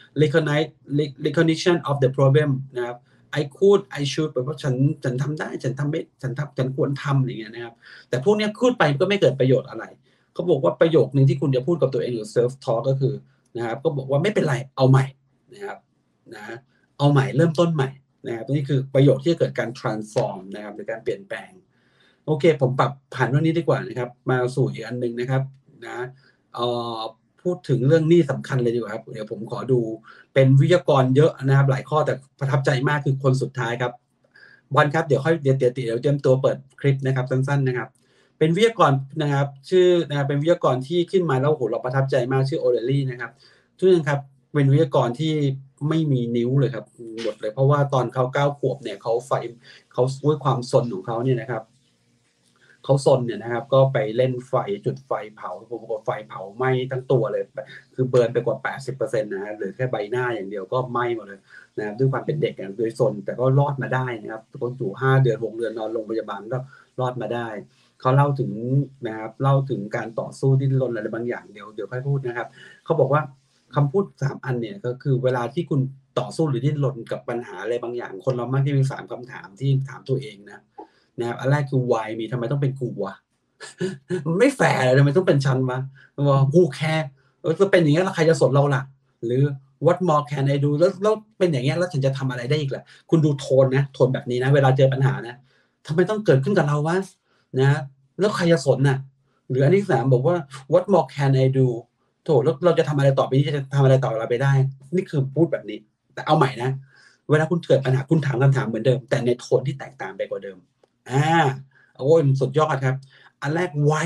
recognition of the problem นะครับ I could I should แปลว่าฉันทำได้ฉันควรทำอย่างเงี้ยนะครับแต่พวกนี้พูดไปก็ไม่เกิดประโยชน์อะไรเขาบอกว่าประโยคนึงที่คุณจะพูดกับตัวเองหรือ self talk ก็คือนะครับก็บอกว่าไม่เป็นไรเอาใหม่นะครับนะเอาใหม่เริ่มต้นใหม่นะครับนี่คือประโยคที่จะเกิดการ transform นะครับหรือการเปลี่ยนแปลงโอเคผมปรับผ่านเรื่องนี้ดีกว่านะครับมาสู่อีกอันนึงนะครับนะพูดถึงเรื่องนี้สำคัญเลยดีกว่าครับเดี๋ยวผมขอดูเป็นวิทยากรเยอะนะครับหลายข้อแต่ประทับใจมากคือคนสุดท้ายครับบอลครับเดี๋ยวเตรียมตัวเปิดคลิปนะครับสั้นๆนะครับเป็นวิทยากรนะครับชื่อนะครับเป็นวิทยากรที่ขึ้นมาแล้วโหเราประทับใจมากชื่อโอเดลี่นะครับทุกท่านครับเป็นวิทยากรที่ไม่มีนิ้วเลยครับหมดเลยเพราะว่าตอนเขา9 ขวบเนี่ยเขาด้วยความซนของเขาเนี่ยนะครับเขาซนเนี่ยนะครับก็ไปเล่นไฟจุดไฟเผาปรากฏไฟเผาไหม้ทั้งตัวเลยคือเบิร์นไปกว่า 80% นะฮะเหลือแค่ใบหน้าอย่างเดียวก็ไหม้หมดเลยนะครับด้วยความเป็นเด็กโดยซนแต่ก็รอดมาได้นะครับตอนอยู่5 เดือน 6 เดือนนอนโรงพยาบาลก็รอดมาได้เขาเล่าถึงนะครับเล่าถึงการต่อสู้ดิ้นรนอะไรบางอย่างเดี๋ยวค่อยพูดนะครับเขาบอกว่าคำพูด3 อันเนี่ยก็คือเวลาที่คุณต่อสู้หรือดิ้นรนกับปัญหาอะไรบางอย่างคนเรามักจะมี3 คำถามที่ถามตัวเองนะครับอันแรกคือ why มีทำไมต้องเป็นกูวะ มันไม่แฟร์เลยทำไมต้องเป็นฉันวะว่า who care จะเป็นอย่างเงี้ยแล้วใครจะสนเราล่ะหรือ what more can I do แล้วเป็นอย่างเงี้ยแล้วฉันจะทำอะไรได้อีกล่ะคุณดูโทนนะโทนแบบนี้นะเวลาเจอปัญหานะทำไมต้องเกิดขึ้นกับเราวะนะแล้วใครจะสนน่ะหรืออันที่3บอกว่า what more can I do โถแล้วเราจะทำอะไรต่อไปนี้จะทำอะไรต่อเราไปได้นี่คือพูดแบบนี้แต่เอาใหม่นะเวลาคุณเกิดปัญหาคุณถามคำถามเหมือนเดิมแต่ในโทนที่แตกต่างไปกว่าเดิมโอ้ยสุดยอดครับอันแรก why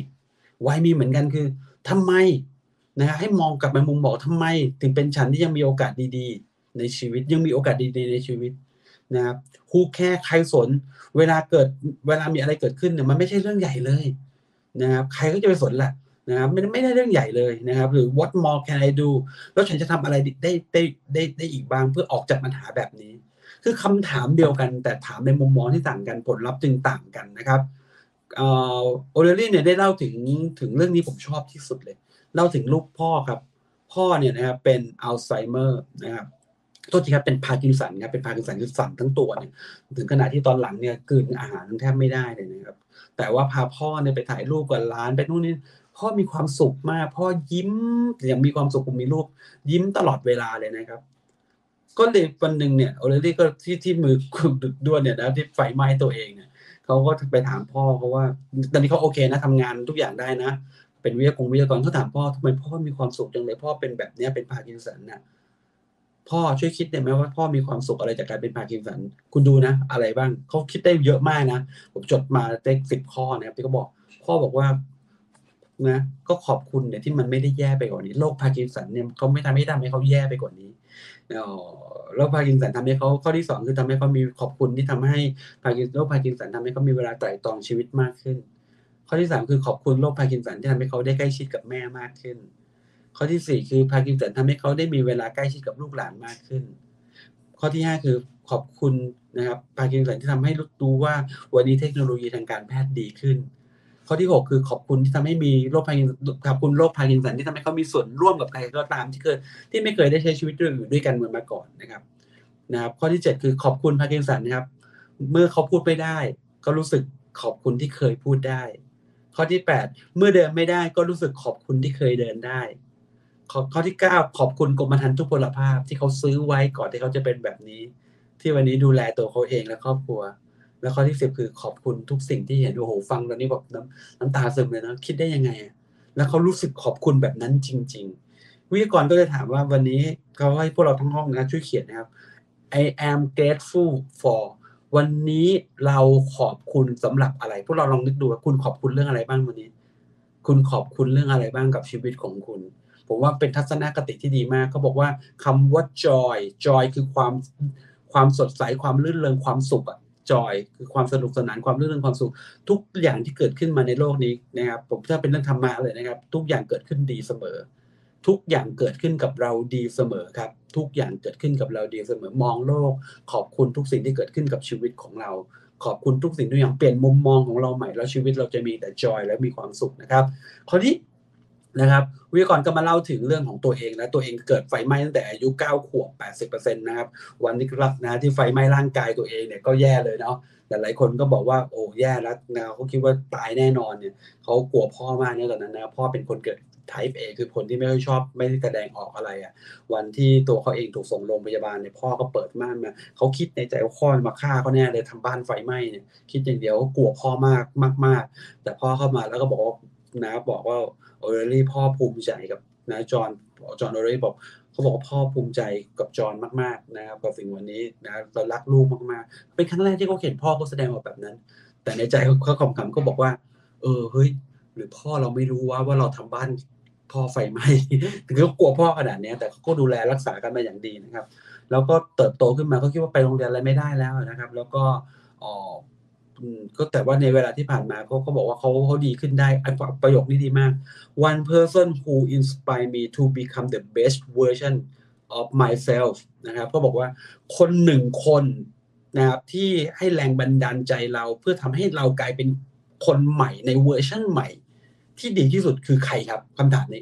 me เหมือนกันคือทำไมนะให้มองกลับไปมุมบอกทำไมถึงเป็นฉันที่ยังมีโอกาสดีๆในชีวิตยังมีโอกาสดีๆในชีวิตนะครับ who care ใครสนเวลามีอะไรเกิดขึ้นเนี่ยมันไม่ใช่เรื่องใหญ่เลยนะครับใครก็จะไปสนแหละนะครับไม่ได้เรื่องใหญ่เลยนะครับหรือ what more can I do แล้วฉันจะทำอะไรได้อีกบ้างเพื่อออกจากปัญหาแบบนี้คือคำถามเดียวกันแต่ถามในมุมมองที่ต่างกันผลลัพธ์จึงต่างกันนะครับโอเดลี่เนี่ยได้เล่าถึงเรื่องนี้ผมชอบที่สุดเลยเล่าถึงลูกพ่อครับพ่อเนี่ยนะครับเป็นอัลไซเมอร์นะครับโทษทีครับเป็นพาร์กินสันครับเป็นพาร์กินสันคือสั่นทั้งตัวเนี่ยถึงขนาดที่ตอนหลังเนี่ยกลืนอาหารแทบไม่ได้เลยนะครับแต่ว่าพาพ่อเนี่ยไปถ่ายรูปกับร้านไปนู่นนี่พ่อมีความสุขมากพ่อยิ้มอย่างมีความสุขผมมีรูปยิ้มตลอดเวลาเลยนะครับก็เลยวันหนึ่งเนี่ยโอเลลี่ก็ที่มือดึกด้วยเนี่ยนะที่ไฟไหม้ตัวเองเนี่ยเขาก็ไปถามพ่อเขาว่าตอนนี้เขาโอเคนะทำงานทุกอย่างได้นะเป็นวิทยากรเขาถามพ่อทำไมพ่อมีความสุขจังเลยพ่อเป็นแบบนี้เป็นพาร์กินสันน่ะพ่อช่วยคิดได้ไหมว่าพ่อมีความสุขอะไรจากการเป็นพาร์กินสันคุณดูนะอะไรบ้างเขาคิดได้เยอะมากนะผมจดมาได้10 ข้อนะครับที่เขาบอกพ่อบอกว่านะก็ขอบคุณเนี่ยที่มันไม่ได้แย่ไปกว่านี้โรคพาร์กินสันเนี่ยเขาไม่ทำให้เขาแย่ไปกว่านี้แล้วพาร์กินสันทำให้เขาข้อที่2คือทำให้เขามีขอบคุณที่ทำให้โรคพาร์กินสันทำให้เขามีเวลาไตร่ตรองชีวิตมากขึ้นข้อที่3คือขอบคุณโรคพาร์กินสันที่ทำให้เขาได้ใกล้ชิดกับแม่มากขึ้นข้อที่4คือพาร์กินสันทำให้เขาได้มีเวลาใกล้ชิดกับลูกหลานมากขึ้นอที่5คือขอบคุณนะครับพาร์กินสันที่ทำให้รู้ว่าวันนี้เทคโนโลยีทางการแพทย์ดีขึ้นข้อที่6คือขอบคุณที่ทำให้มีโรคพาร์กินขอบคุณโรคพาร์กินสันที่ทำให้เขามีส่วนร่วมกับใครก็ตามที่ไม่เคยได้ใช้ชีวิตด้วยกันเหมือนมาก่อนนะครับข้อที่7คือขอบคุณพาร์กินสันนะครับเมื่อเขาพูดไม่ได้ก็รู้สึกขอบคุณที่เคยพูดได้ข้อที่8เมื่อเดินไม่ได้ก็รู้สึกขอบคุณที่เคยเดินได้ข้อที่9ขอบคุณกรมธรรม์ทุพพลภาพที่เขาซื้อไว้ก่อนที่เขาจะเป็นแบบนี้ที่วันนี้ดูแลตัวเขาเองและครอบครัวแล้วข้อที่10คือขอบคุณทุกสิ่งที่เห็นโอ้โหฟังตอนนี้แบบน้ำตาซึมเลยนะคิดได้ยังไงแล้วเขารู้สึกขอบคุณแบบนั้นจริงๆวิทยากรก็จะถามว่าวันนี้เขาให้พวกเราทั้งห้องนะช่วยเขียนนะครับ I am grateful for วันนี้เราขอบคุณสำหรับอะไรพวกเราลองนึกดูว่าคุณขอบคุณเรื่องอะไรบ้างวันนี้คุณขอบคุณเรื่องอะไรบ้างกับชีวิตของคุณผมว่าเป็นทัศนคติที่ดีมากเขาบอกว่าคำว่า joy คือความสดใสความลื่นเริงความสุขjoy คือความสนุกสนานความลื่นเริงความสุขทุกอย่างที่เกิดขึ้นมาในโลกนี้นะครับผมถ้าเป็นเรื่องธรรมะเลยนะครับทุกอย่างเกิดขึ้นดีเสมอทุกอย่างเกิดขึ้นกับเราดีเสมอครับทุกอย่างเกิดขึ้นกับเราดีเสมอมองโลกขอบคุณทุกสิ่งที่เกิดขึ้นกับชีวิตของเราขอบคุณทุกสิ่งทุกอย่างเปลี่ยนมุมมองของเราใหม่แล้วชีวิตเราจะมีแต่ joy และมีความสุขนะครับคราวนี้นะครับวิทยากรก็มาเล่าถึงเรื่องของตัวเองและตัวเองเกิดไฟไหม้ตั้งแต่อายุ9 ขวบ 80% นะครับวันนี้ครับนะที่ไฟไหม้ร่างกายตัวเองเนี่ยก็แย่เลยเนาะแต่หลายคนก็บอกว่าโอ้แย่แล้วนะเขาคิดว่าตายแน่นอนเนี่ยเขากลัวพ่อมากเนี่ยตอนนั้นนะพ่อเป็นคนเกิด type A คือคนที่ไม่ค่อยชอบไม่ได้แสดงออกอะไรวันที่ตัวเขาเองถูกส่งโรงพยาบาลเนี่ยพ่อก็เปิดม่านมาเขาคิดในใจว่าพ่อมาฆ่าเขาแน่เลยทำบ้านไฟไหม้เนี่ยคิดอย่างเดียวก็กลัวพ่อมากแต่พ่อเข้ามาแล้วก็บอกว่าโอเรลลี่พ่อภูมิใจกับนะจอห์นโอเรลลี่บอกเขาบอกว่าพ่อภูมิใจกับจอห์นมากๆนะครับกับสิ่งวันนี้นะเรารักลูกมากๆเป็นครั้งแรกที่เขาเห็นพ่อเขาแสดงออกแบบนั้นแต่ในใจเขาขำๆก็บอกว่าเฮ้ยหรือพ่อเราไม่รู้ว่าเราทำบ้านพ่อไฟไหม้ถึงเขากลัวพ่อขนาดนี้แต่เขาก็ดูแลรักษากันมาอย่างดีนะครับแล้วก็เติบโตขึ้นมาก็คิดว่าไปโรงเรียนอะไรไม่ได้แล้วนะครับแล้วก็ก็แต่ว่าในเวลาที่ผ่านมาเขาบอกว่าเขาดีขึ้นได้ประโยคนี้ดีมาก One person who inspired me to become the best version of myself นะครับก็บอกว่าคนหนึ่งคนนะครับที่ให้แรงบันดาลใจเราเพื่อทำให้เรากลายเป็นคนใหม่ในเวอร์ชันใหม่ที่ดีที่สุดคือใครครับคำถามนี้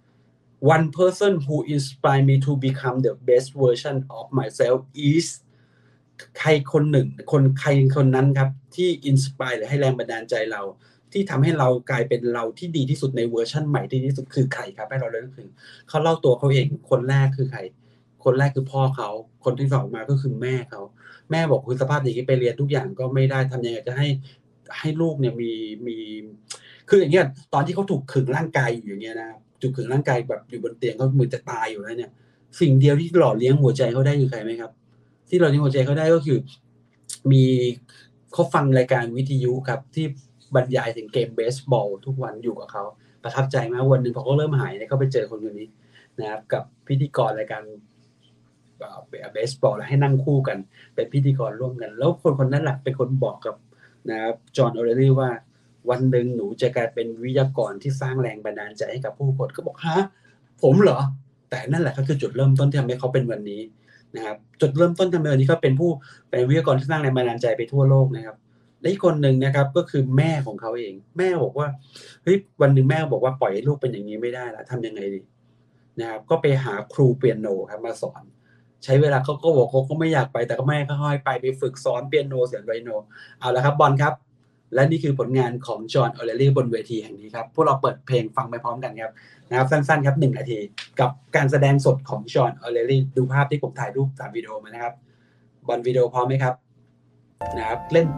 One person who inspired me to become the best version of myself is ใครคนหนึ่งใครคนนั้นครับที่อินสไปร์หรือให้แรงบันดาลใจเราที่ทำให้เรากลายเป็นเราที่ดีที่สุดในเวอร์ชันใหม่ที่ดีที่สุดคือใครครับให้เราเริ่มถึงเขาเล่าตัวเขาเองคนแรกคือใครคนแรกคือพ่อเขาคนที่สองมาก็คือแม่เขาแม่บอกคือสภาพอย่างนี้ไปเรียนทุกอย่างก็ไม่ได้ทำยังไงจะให้ลูกเนี่ยมีคืออย่างเงี้ยตอนที่เขาถูกขึงร่างกายอยู่อย่างเงี้ยนะครับถูกขึงร่างกายแบบอยู่บนเตียงเขาเหมือนจะตายอยู่แล้วเนี่ยสิ่งเดียวที่หล่อเลี้ยงหัวใจเขาได้คือใครไหมครับที่หล่อเลี้ยงหัวใจเขาได้ก็คือมีเขาฟังรายการวิทยุครับที่บรรยายถึงเกมเบสบอลทุกวันอยู่กับเขาประทับใจมากวันหนึ่งพอเขาเริ่มหายเนี่ยเขาไปเจอคนคนนี้นะครับกับพิธีกรรายการเบสบอลแล้วให้นั่งคู่กันเป็นพิธีกรร่วมกันแล้วคนนั้นแหละเป็นคนบอกกับนะครับจอห์นโอเรลลี่ว่าวันหนึ่งหนูจะกลายเป็นวิทยากรที่สร้างแรงบันดาลใจให้กับผู้คนก็บอกฮะผมเหรอแต่นั่นแหละก็คือจุดเริ่มต้นที่ทำให้เขาเป็นวันนี้นะครับจุดเริ่มต้นทำให้วันนี้เขาเป็นวิทยากรที่สร้างแรงบันดาลใจไปทั่วโลกนะครับและอีกคนหนึ่งนะครับก็คือแม่ของเขาเองแม่บอกว่าเฮ้ยวันหนึ่งแม่บอกว่าปล่อยให้ลูกเป็นอย่างนี้ไม่ได้ละทำยังไงดีนะครับก็ไปหาครูเปียโนครับมาสอนใช้เวลาเขาก็บอกเขาก็ไม่อยากไปแต่ก็แม่ก็ค่อยไปฝึกสอนเปียโนเสียงไวโนเอาละครับบอลครับและนี่คือผลงานของจอห์นโอเรลลี่บนเวทีแห่งนี้ครับพวกเราเปิดเพลงฟังไปพร้อมกันครับนะครับสั้นๆครับ1 นาทีกับการแสดงสดของจอห์นโอเรลลี่ดูภาพที่ผมถ่ายรูปตามวิดีโอมานะครับบอลวิดีโอพร้อมไหมครับนะครับเล่น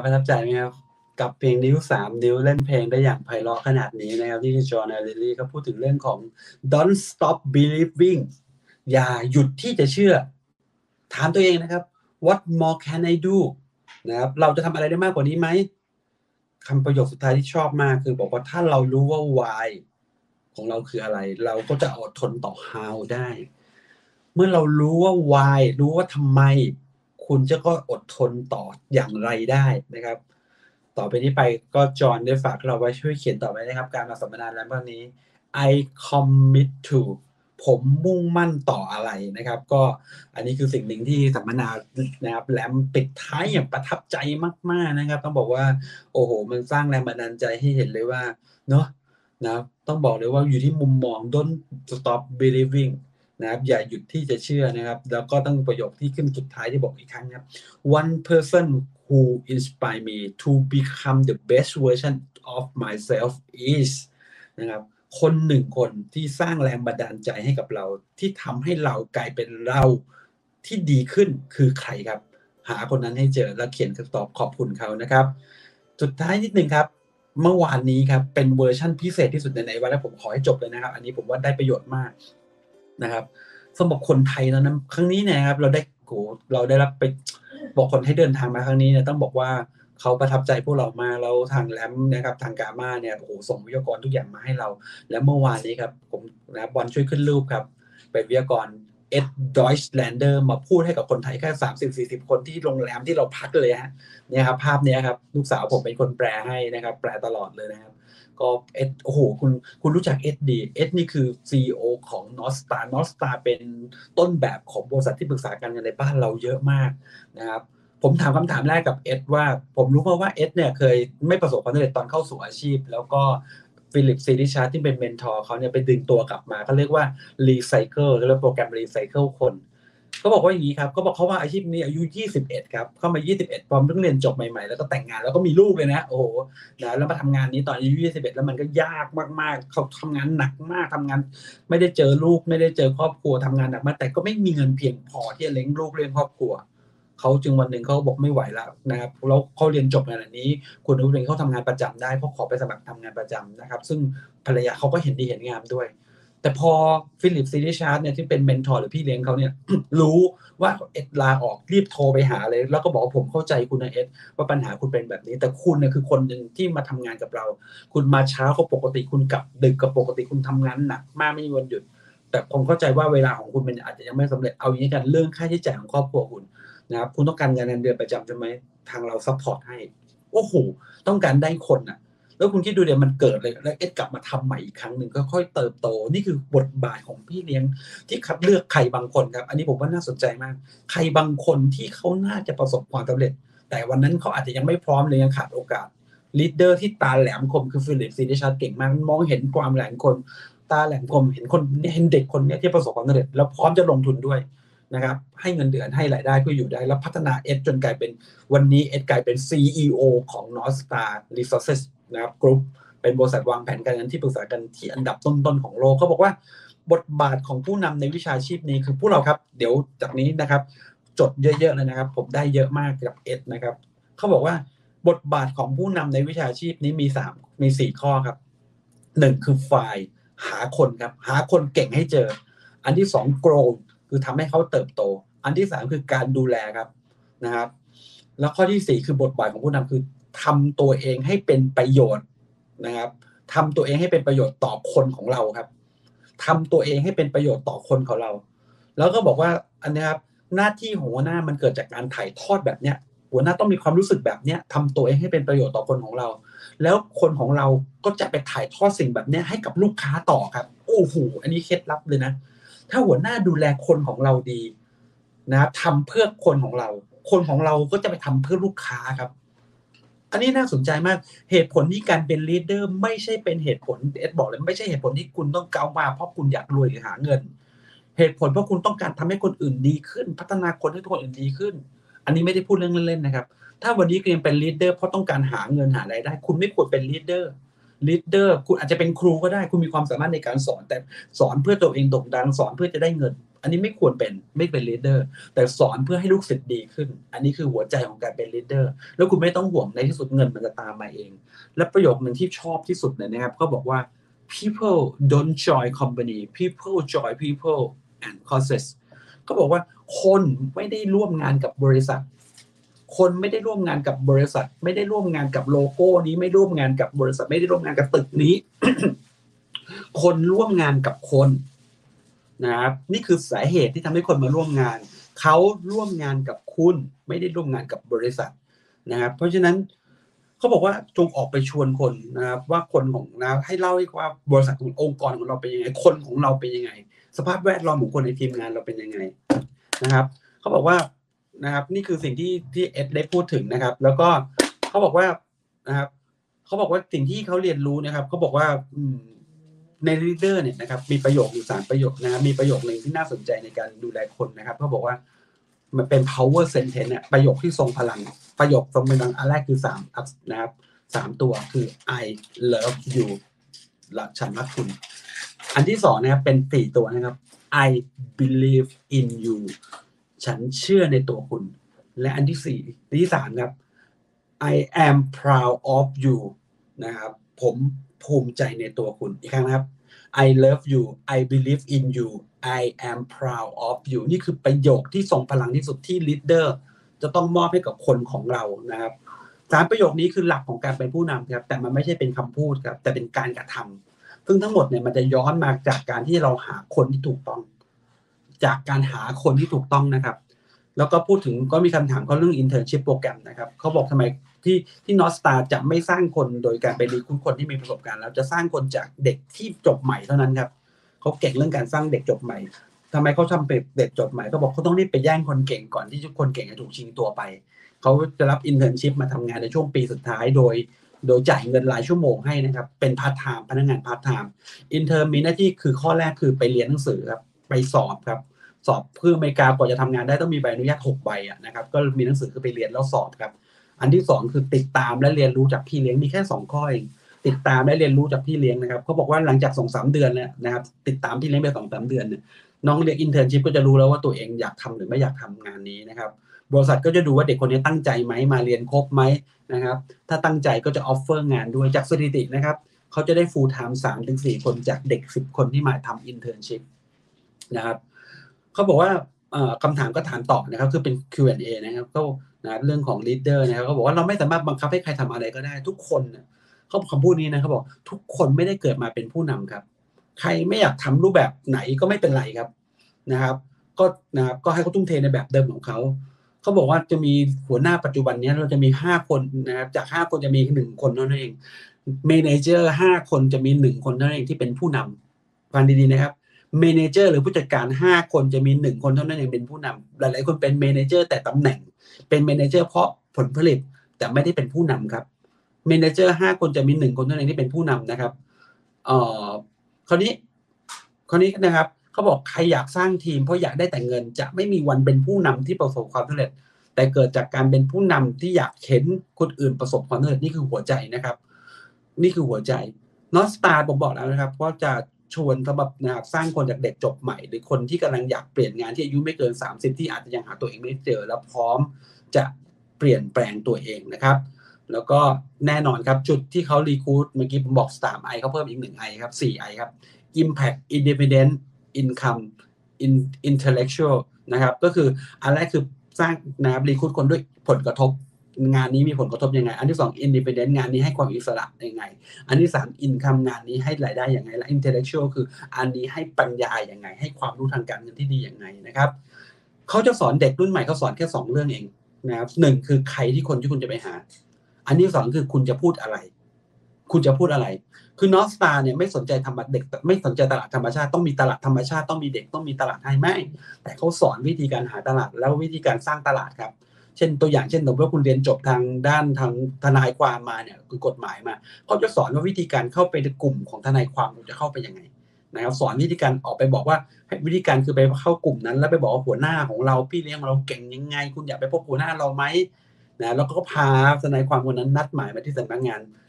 ประทับใจไหมครับกับเพลงนิ้ว3นิ้วเล่นเพลงได้อย่างไพเราะขนาดนี้นะครับที่จอห์น แอลเลรี่เขาพูดถึงเรื่องของ Don't stop believing อย่าหยุดที่จะเชื่อถามตัวเองนะครับ What more can I do นะครับเราจะทำอะไรได้มากกว่านี้ไหมคำประโยคสุดท้ายที่ชอบมากคือบอกว่าถ้าเรารู้ว่า why ของเราคืออะไรเราก็จะอดทนต่อ how ได้เมื่อเรารู้ว่า why รู้ว่าทำไมคุณจะก็อดทนต่ออย่างไรได้นะครับต่อไปนี้ไปก็จอห์นได้ฝากเราไว้ช่วยเขียนต่อไปนะครับการมาสัมมนาแล้ววันนี้ I commit to ผมมุ่งมั่นต่ออะไรนะครับก็อันนี้คือสิ่งหนึ่งที่สัมมนานะครับแหลมปิดท้ายอย่างประทับใจมากๆนะครับต้องบอกว่าโอ้โหมันสร้างแรงบันดาลใจให้เห็นเลยว่าเนาะนะครับต้องบอกเลยว่าอยู่ที่มุมมอง Don't stop believing นะครับอย่าหยุดที่จะเชื่อนะครับแล้วก็ต้องประโยคที่ขึ้นสุดท้ายที่บอกอีกครั้งนะครับ One person who inspire me to become the best version of myself is นะครับคนหนึ่งคนที่สร้างแรงบันดาลใจให้กับเราที่ทำให้เรากลายเป็นเราที่ดีขึ้นคือใครครับหาคนนั้นให้เจอแล้วเขียนคำตอบขอบคุณเขานะครับสุดท้ายนิดนึงครับเมื่อวานนี้ครับเป็นเวอร์ชั่นพิเศษที่สุดในวันแล้วผมขอให้จบเลยนะครับอันนี้ผมว่าได้ประโยชน์มากนะครับสำหรับคนไทยแล้วนะครั้งนี้นะครับเราได้รับไปบอกคนให้เดินทางมาครั้งนี้เนี่ยต้องบอกว่าเขาประทับใจพวกเรามากแล้วทางแรมนะครับทางกาม่าเนี่ยโอ้โหส่งวิทยากรทุกอย่างมาให้เราและเมื่อวานนี้ครับผมนะบอลช่วยขึ้นรูปครับเป็นวิทยากรเอ็ดดอยช์แลนเดอร์มาพูดให้กับคนไทยแค่30-40 คนที่โรงแรมที่เราพักเลยฮะเนี่ยครับภาพนี้ครับลูกสาวผมเป็นคนแปลให้นะครับแปลตลอดเลยนะครับก็เอ็ดโอ้โหคุณรู้จักเอ็ดดีเอ็ดนี่คือ CEO ของ Northstar เป็นต้นแบบของบริษัทที่ปรึกษาการเงินในบ้านเราเยอะมากนะครับผมถามคำถามแรกกับเอ็ดว่าผมรู้มาว่าเอ็ดเนี่ยเคยไม่ประสบความสำเร็จตอนเข้าสู่อาชีพแล้วก็ฟิลิปซีดิชาร์ที่เป็นเมนทอร์เขาเนี่ยไปดึงตัวกลับมาเขาเรียกว่ารีไซเคิลเรียกว่าโปรแกรมรีไซเคิลคนเขาบอกว่าอย่างนี้ครับเขาบอกเขาว่าอาชีพนี้อายุ21ครับเข้ามา21พร้อมเพิ่งเรียนจบใหม่ๆแล้วก็แต่งงานแล้วก็มีลูกเลยนะโอ้โหนะแล้วมาทำงานนี้ตอนอายุ21แล้วมันก็ยากมากๆเขาทำงานหนักมากทำงานไม่ได้เจอลูกไม่ได้เจอครอบครัวทำงานหนักมากแต่ก็ไม่มีเงินเพียงพอที่จะเลี้ยงลูกเลี้ยงครอบครัวเขาจึงวันหนึ่งเขาบอกไม่ไหวแล้วนะครับแล้วเขาเรียนจบขนาดนี้คุณนุ้ยเขาทำงานประจำได้เพราะขอไปสมัครทำงานประจำนะครับซึ่งภรรยาเขาก็เห็นดีเห็นงามด้วยแต่พอฟิลิปซีดิชาร์ดเนี่ยที่เป็นเมนทอร์หรือพี่เลี้ยงเขาเนี่ย รู้ว่าเอ็ดลาออกรีบโทรไปหาเลยแล้วก็บอกว่าผมเข้าใจคุณนะเอ็ดว่าปัญหาคุณเป็นแบบนี้แต่คุณเนี่ยคือคนหนึ่งที่มาทำงานกับเราคุณมาเช้าก็ปกติคุณกลับดึกกับปกติคุณทำงานหนักมากไม่มีวันหยุดแต่ผมเข้าใจว่าเวลาของคุณมันอาจจะยังไม่สำเร็จเอาอย่างนี้กันเรื่องค่าใช้จ่ายของครอบครัวคุณนะครับคุณต้องการเงินเดือนประจำใช่ไหมทางเราซัพพอร์ตให้โอ้โหต้องการได้คนอ่ะแล้วคุณคิดดูเดี๋ยวมันเกิดเลยแล้วเอ็ดกลับมาทำใหม่อีกครั้งหนึ่งก็ค่อยเติบโตนี่คือบทบาทของพี่เลี้ยงที่คัดเลือกใครบางคนครับอันนี้ผมว่าน่าสนใจมากใครบางคนที่เขาน่าจะประสบความสำเร็จแต่วันนั้นเขาอาจจะยังไม่พร้อมเลยยังขาดโอกาสลีดเดอร์ที่ตาแหลมคมคือฟิลิปซีดิชาร์ดเก่งมากมองเห็นความแหลมคมตาแหลมคมเห็นเด็กคนนี้ที่ประสบความสำเร็จแล้วพร้อมจะลงทุนด้วยนะครับให้เงินเดือนให้รายได้เพื่ออยู่ได้แล้วพัฒนาเอ็ดจนกลายเป็นวันนี้เอ็ดกลายเป็น CEO ของ Northstar Resources นะครับกรุ๊ปเป็นบริษัทวางแผนการเงินที่ปรึกษากันที่อันดับต้นๆของโลกเขาบอกว่าบทบาทของผู้นำในวิชาชีพนี้คือพวกเราครับเดี๋ยวจากนี้นะครับจดเยอะๆเลยนะครับผมได้เยอะมากกับเอ็ดนะครับเขาบอกว่าบทบาทของผู้นำในวิชาชีพนี้มี4ข้อครับ1คือฝ่ายหาคนครับหาคนเก่งให้เจออันที่2 grow คือทำให้เขาเติบโตอันที่3คือการดูแลครับนะครับแล้วข้อที่4คือบทบาทของผู้นำคือทำตัวเองให้เป็นประโยชน์นะครับทำตัวเองให้เป็นประโยชน์ต่อคนของเราครับทำตัวเองให้เป็นประโยชน์ต่อคนของเราแล้วก็บอกว่าอันนี้ครับหน้าที่ของหัวหน้ามันเกิดจากการถ่ายทอดแบบเนี้ยหัวหน้าต้องมีความรู้สึกแบบเนี้ยทำตัวเองให้เป็นประโยชน์ต่อคนของเราแล้วคนของเราก็จะไปถ่ายทอดสิ่งแบบเนี้ยให้กับลูกค้าต่อครับโอ้โหอันนี้เคล็ดลับเลยนะถ้าหัวหน้าดูแลคนของเราดีนะครับทำเพื่อคนของเราคนของเราก็จะไปทำเพื่อลูกค้าครับอันนี้น่าสนใจมากเหตุผลที่การเป็นลีดเดอร์ไม่ใช่เป็นเหตุผลเอ็ดบอกเลยไม่ใช่เหตุผลที่คุณต้องก้าวมาเพราะคุณอยากรวยหรือหาเงินเหตุผลเพราะคุณต้องการทำให้คนอื่นดีขึ้นพัฒนาคนให้คนอื่นดีขึ้นอันนี้ไม่ได้พูดเรื่องเล่นๆนะครับถ้าวันนี้คุณเป็นลีดเดอร์เพราะต้องการหาเงินหารายได้คุณไม่ควรเป็นลีดเดอร์ leader คุณอาจจะเป็นครูก็ได้คุณมีความสามารถในการสอนแต่สอนเพื่อตัวเองโด่งดังสอนเพื่อจะได้เงินอันนี้ไม่ควรเป็นไม่เป็น leader แต่สอนเพื่อให้ลูกศิษย์ดีขึ้นอันนี้คือหัวใจของการเป็น leader แล้วคุณไม่ต้องห่วงในที่สุดเงินมันจะตามมาเองและประโยคนึงที่ชอบที่สุดเลยนะครับเขาบอกว่า people don't join company people join people and causes เขาบอกว่าคนไม่ได้ร่วมงานกับบริษัทคนไม่ได้ร่วมงานกับบริษัทไม่ได้ร่วมงานกับโลโก้นี้ไม่ร่วมงานกับบริษัทไม่ได้ร่วมงานกับตึกนี้ คนร่วมงานกับคนนะครับนี่คือสาเหตุที่ทำให้คนมาร่วมงานเขาร่วมงานกับคุณไม่ได้ร่วมงานกับบริษัทนะครับเพราะฉะนั้นเขาบอกว่าจงออกไปชวนคนนะครับว่าคนของนะให้เล่าให้ว่าบริษัทขององค์กรของเราเป็นยังไงคนของเราเป็นยังไงสภาพแวดล้อมของคนในทีมงานเราเป็นยังไงนะครับเขาบอกว่านะครับนี่คือสิ่งที่เอ็ดได้พูดถึงนะครับแล้วก็เขาบอกว่านะครับเขาบอกว่าสิ่งที่เขาเรียนรู้นะครับเขาบอกว่าใน leader เนี่ยนะครับมีประโยคอยู่3ประโยคนะมีประโยคนึงที่น่าสนใจในการดูแลคนนะครับเขาบอกว่ามันเป็น power sentence เนี่ยประโยคที่ทรงพลังประโยคทรงพลังอันแรกคือ3นะครับ3ตัวคือ I love you และฉันรักคุณอันที่2นะครับเป็น4ตัวนะครับ I believe in you ฉันเชื่อในตัวคุณและอันที่4ที่3ครับ I am proud of you นะครับผมภูมิใจในตัวคุณอีกครั้งนะครับ I love you I believe in you I am proud of you นี่คือประโยคที่ทรงพลังที่สุดที่ leader จะต้องมอบให้กับคนของเรานะครับ3ประโยคนี้คือหลักของการเป็นผู้นำครับแต่มันไม่ใช่เป็นคำพูดครับแต่เป็นการกระทำซึ่งทั้งหมดเนี่ยมันจะย้อนมาจากการที่เราหาคนที่ถูกต้องจากการหาคนที่ถูกต้องนะครับแล้วก็พูดถึงก็มีคำถามเขาเรื่อง internship โปรแกรมนะครับเขาบอกทำไมที่ North Star จะไม่สร้างคนโดยการไปรีคูทคนที่มีประสบการณ์แล้วจะสร้างคนจากเด็กที่จบใหม่เท่านั้นครับเขาเก่งเรื่องการสร้างเด็กจบใหม่ทำไมเขาทำเด็กจบใหม่เขาบอกเขาต้องรีบไปแย่งคนเก่งก่อนที่คนเก่งจะถูกชิงตัวไปเขาจะรับ internship มาทำงานในช่วงปีสุดท้ายโดยจ่ายเงินรายชั่วโมงให้นะครับเป็นพาร์ทไทม์พนักงานพาร์ทไทม์อินเทอร์มีหน้าที่คือข้อแรกคือไปเรียนหนังสือครับไปสอบครับสอบเพื่ออเมริกากว่าจะทำงานได้ต้องมีใบอนุญาต6ใบนะครับก็มีหนังสือคือไปเรียนแล้วสอบครับอันที่2คือติดตามและเรียนรู้จากพี่เลี้ยงมีแค่2ข้อเองติดตามและเรียนรู้จากพี่เลี้ยงนะครับเขาบอกว่าหลังจาก 2-3 เดือนแล้วนะครับติดตามพี่เลี้ยงไป 2-3 เดือนเนี่ยน้องเรียนอินเทอร์นชิพก็จะรู้แล้วว่าตัวเองอยากทำหรือไม่อยากทำงานนี้นะครับบริษัทก็จะดูว่าเด็กคนนี้ตั้งใจไหมมาเรียนครบไหมนะครับถ้าตั้งใจก็จะออฟเฟอร์งานด้วยจากสถิตินะครับเขาจะได้ full time 3-4 คนจากเด็ก10คนที่มาทำอินเทอร์นชิพนะครับเขาบอกว่าคำถามก็ถามตอบนะครับคือเป็น Q&A นะครับก็นะเรื่องของ leader นะครับเขาบอกว่าเราไม่สามารถบังคับให้ใครทำอะไรก็ได้ทุกคนเขาคำพูดนี้นะเขาบอกทุกคนไม่ได้เกิดมาเป็นผู้นำครับใครไม่อยากทำรูปแบบไหนก็ไม่เป็นไรครับนะครับก็นะครับก็ให้เขาทุ่มเทในแบบเดิมของเขาเขาบอกว่าจะมีหัวหน้าปัจจุบันนี้เราจะมี5คนนะครับจาก5คนจะมี1คนเท่านั้นเองเมเนเจอร์5คนจะมี1คนเท่านั้นเองที่เป็นผู้นำฟังดีๆนะครับเมเนเจอร์หรือผู้จัดการ5คนจะมี1คนเท่านั้นเองเป็นผู้นำหลายๆคนเป็นเมเนเจอร์แต่ตำแหน่งเป็นเมเนเจอร์เพราะผลผลิตแต่ไม่ได้เป็นผู้นำครับเมเนเจอร์5คนจะมี1คนเท่านั้นที่เป็นผู้นำนะครับคราวนี้นะครับเขาบอกใครอยากสร้างทีมเพราะอยากได้แต่เงินจะไม่มีวันเป็นผู้นำที่ประสบความสำเร็จแต่เกิดจากการเป็นผู้นำที่อยากเห็นคนอื่นประสบความสำเร็จนี่คือหัวใจนะครับนี่คือหัวใจ North Star ผมบอกแล้วนะครับว่าจะชวนสำหรับนะครับสร้างคนจากเด็กจบใหม่หรือคนที่กำลังอยากเปลี่ยนงานที่อายุไม่เกิน30ที่อาจจะยังหาตัวเองไม่เจอแล้วพร้อมจะเปลี่ยนแปลงตัวเองนะครับแล้วก็แน่นอนครับจุดที่เขารีคูทเมื่อกี้ผมบอก3 I เขาเพิ่มอีก1 I ครับ4 I ครับ Impact Independent Income Intellectual นะครับก็คืออันแรกคือสร้างนะครับรีคูทคนด้วยผลกระทบงานนี้มีผลกระทบยังไงอันที่2 Independent งานนี้ให้ความอิสระยังไงอันที่3 Income งานนี้ให้รายได้ยังไงและ Intellectual คืออันนี้ให้ปัญญายังไงให้ความรู้ทางการเงินที่ดียังไงนะครับเขาจะสอนเด็กรุ่นใหม่เขาสอนแค่2เรื่องเองนะครับ1คือใครที่คนที่คุณจะไปหาอันที่2คือคุณจะพูดอะไรคือ North Star เนี่ยไม่สนใจธรรมะเด็กไม่สนใจตลาดธรรมชาติต้องมีตลาดธรรมชาติต้องมีเด็กต้องมีตลาดให้ไม่แต่เขาสอนวิธีการหาตลาดแล้ววิธีการสร้างตลาดครับเช่นตัวอย่างเช่นสมมติว่าคุณเรียนจบทางด้านทางทนายความมาเนี่ยคือกฎหมายมาเขาจะสอนว่าวิธีการเข้าไปในกลุ่มของทนายความคุณจะเข้าไปยังไงนะครับสอนวิธีการออกไปบอกว่าวิธีการคือไปเข้ากลุ่มนั้นแล้วไปบอกว่าหัวหน้าของเราพี่เลี้ยงของเราเก่งยังไงคุณอยากไปพบหัวหน้าเราไหมนะแล้วก็พาทนายความคนนั้นนัดหมายมาที่สำนักงาน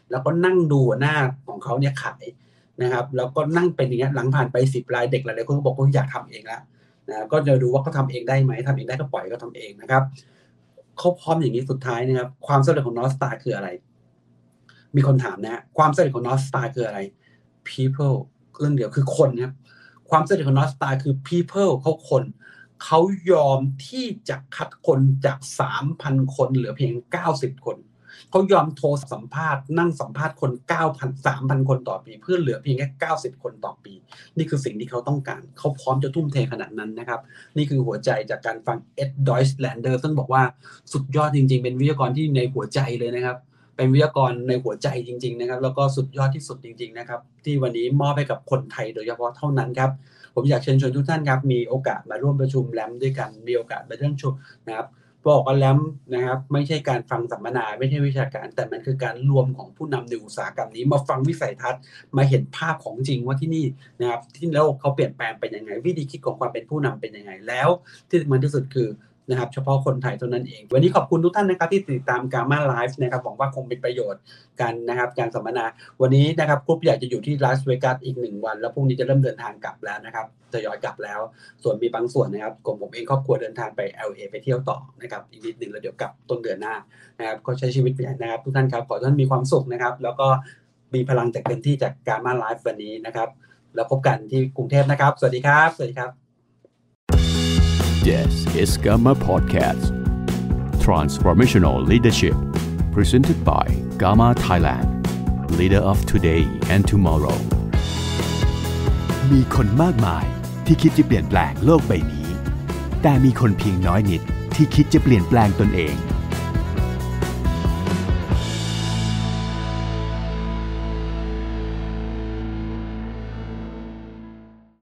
แล้วก็นั่งดูหน้าของเขาเนี่ยขายนะครับแล้วก็นั่งเป็นอย่างเงี้ยหลังผ่านไป10 รายเด็กหลายๆคนก็บอกว่าอยากทำเองแล้วนะก็จะดูว่าเขาทำเองได้ไหมทำเองได้ก็ปล่อยก็ทำเองนะครับเขาพร้อมอย่างนี้สุดท้ายนะครับความสำเร็จของ North Star คืออะไรมีคนถามนะความสำเร็จของ North Star คืออะไร people เรื่องเดียวคือคนครับความสำเร็จของ North Star คือ people เขายอมที่จะคัดคนจาก 3,000 คนเหลือเพียง90 คนเขายอมโทรสัมภาษณ์นั่งสัมภาษณ์คน 3,000 คนต่อปีเพื่อเหลือเพียงแค่90 คนต่อปีนี่คือสิ่งที่เขาต้องการเขาพร้อมจะทุ่มเทขนาดนั้นนะครับนี่คือหัวใจจากการฟังเอ็ดดอยส์แลนเดอร์ซึ่งบอกว่าสุดยอดจริงๆเป็นวิทยากรที่ในหัวใจเลยนะครับเป็นวิทยากรในหัวใจจริงๆนะครับแล้วก็สุดยอดที่สุดจริงๆนะครับที่วันนี้มอบให้กับคนไทยโดยเฉพาะเท่านั้นครับผมอยากเชิญชวนทุกท่านครับมีโอกาสมาร่วมประชุมแลมด้วยกันมีโอกาสมาเรื่องชุมนะครับบอกว่าแลมนะครับไม่ใช่การฟังสัมมนาไม่ใช่วิชาการแต่มันคือการรวมของผู้นำในอุตสาหกรรมนี้มาฟังวิสัยทัศน์มาเห็นภาพของจริงว่าที่นี่นะครับที่โลกเขาเปลี่ยนแปลงเป็นยังไงวิธีคิดของความเป็นผู้นำเป็นยังไงแล้วที่สำคัญที่สุดคือนะครับเฉพาะคนไทยเท่านั้นเองวันนี้ขอบคุณทุกท่านนะครับที่ติดตามGamma Liveนะครับหวังว่าคงเป็นประโยชน์กันนะครับการสัมมนาวันนี้นะครับกรุ๊ปอยากจะอยู่ที่ลาสเวกัสอีก1 วันแล้วพรุ่งนี้จะเริ่มเดินทางกลับแล้วนะครับทยอยกลับแล้วส่วนมีบางส่วนนะครับกลุ่มผมเองครอบครัวเดินทางไป LA ไปเที่ยวต่อนะครับอีกนิดนึงแล้วเดี๋ยวกลับต้นเดือนหน้านะครับก็ใช้ชีวิตนะครับทุกท่านครับขอให้ท่านมีความสุขนะครับแล้วก็มีพลังจากเต็มที่จากGamma Liveวันนี้นะครับแล้วพบกันที่กรุงเทพนะครับสวัสดีครับสวัสดีครับ
This is Gamma Podcast Transformational Leadership presented by Gamma Thailand Leader of Today and Tomorrow
มีคนมากมายที่คิดจะเปลี่ยนแปลงโลกใบนี้แต่มีคนเพียงน้อยนิดที่คิดจะเปลี่ยนแปลงตนเอง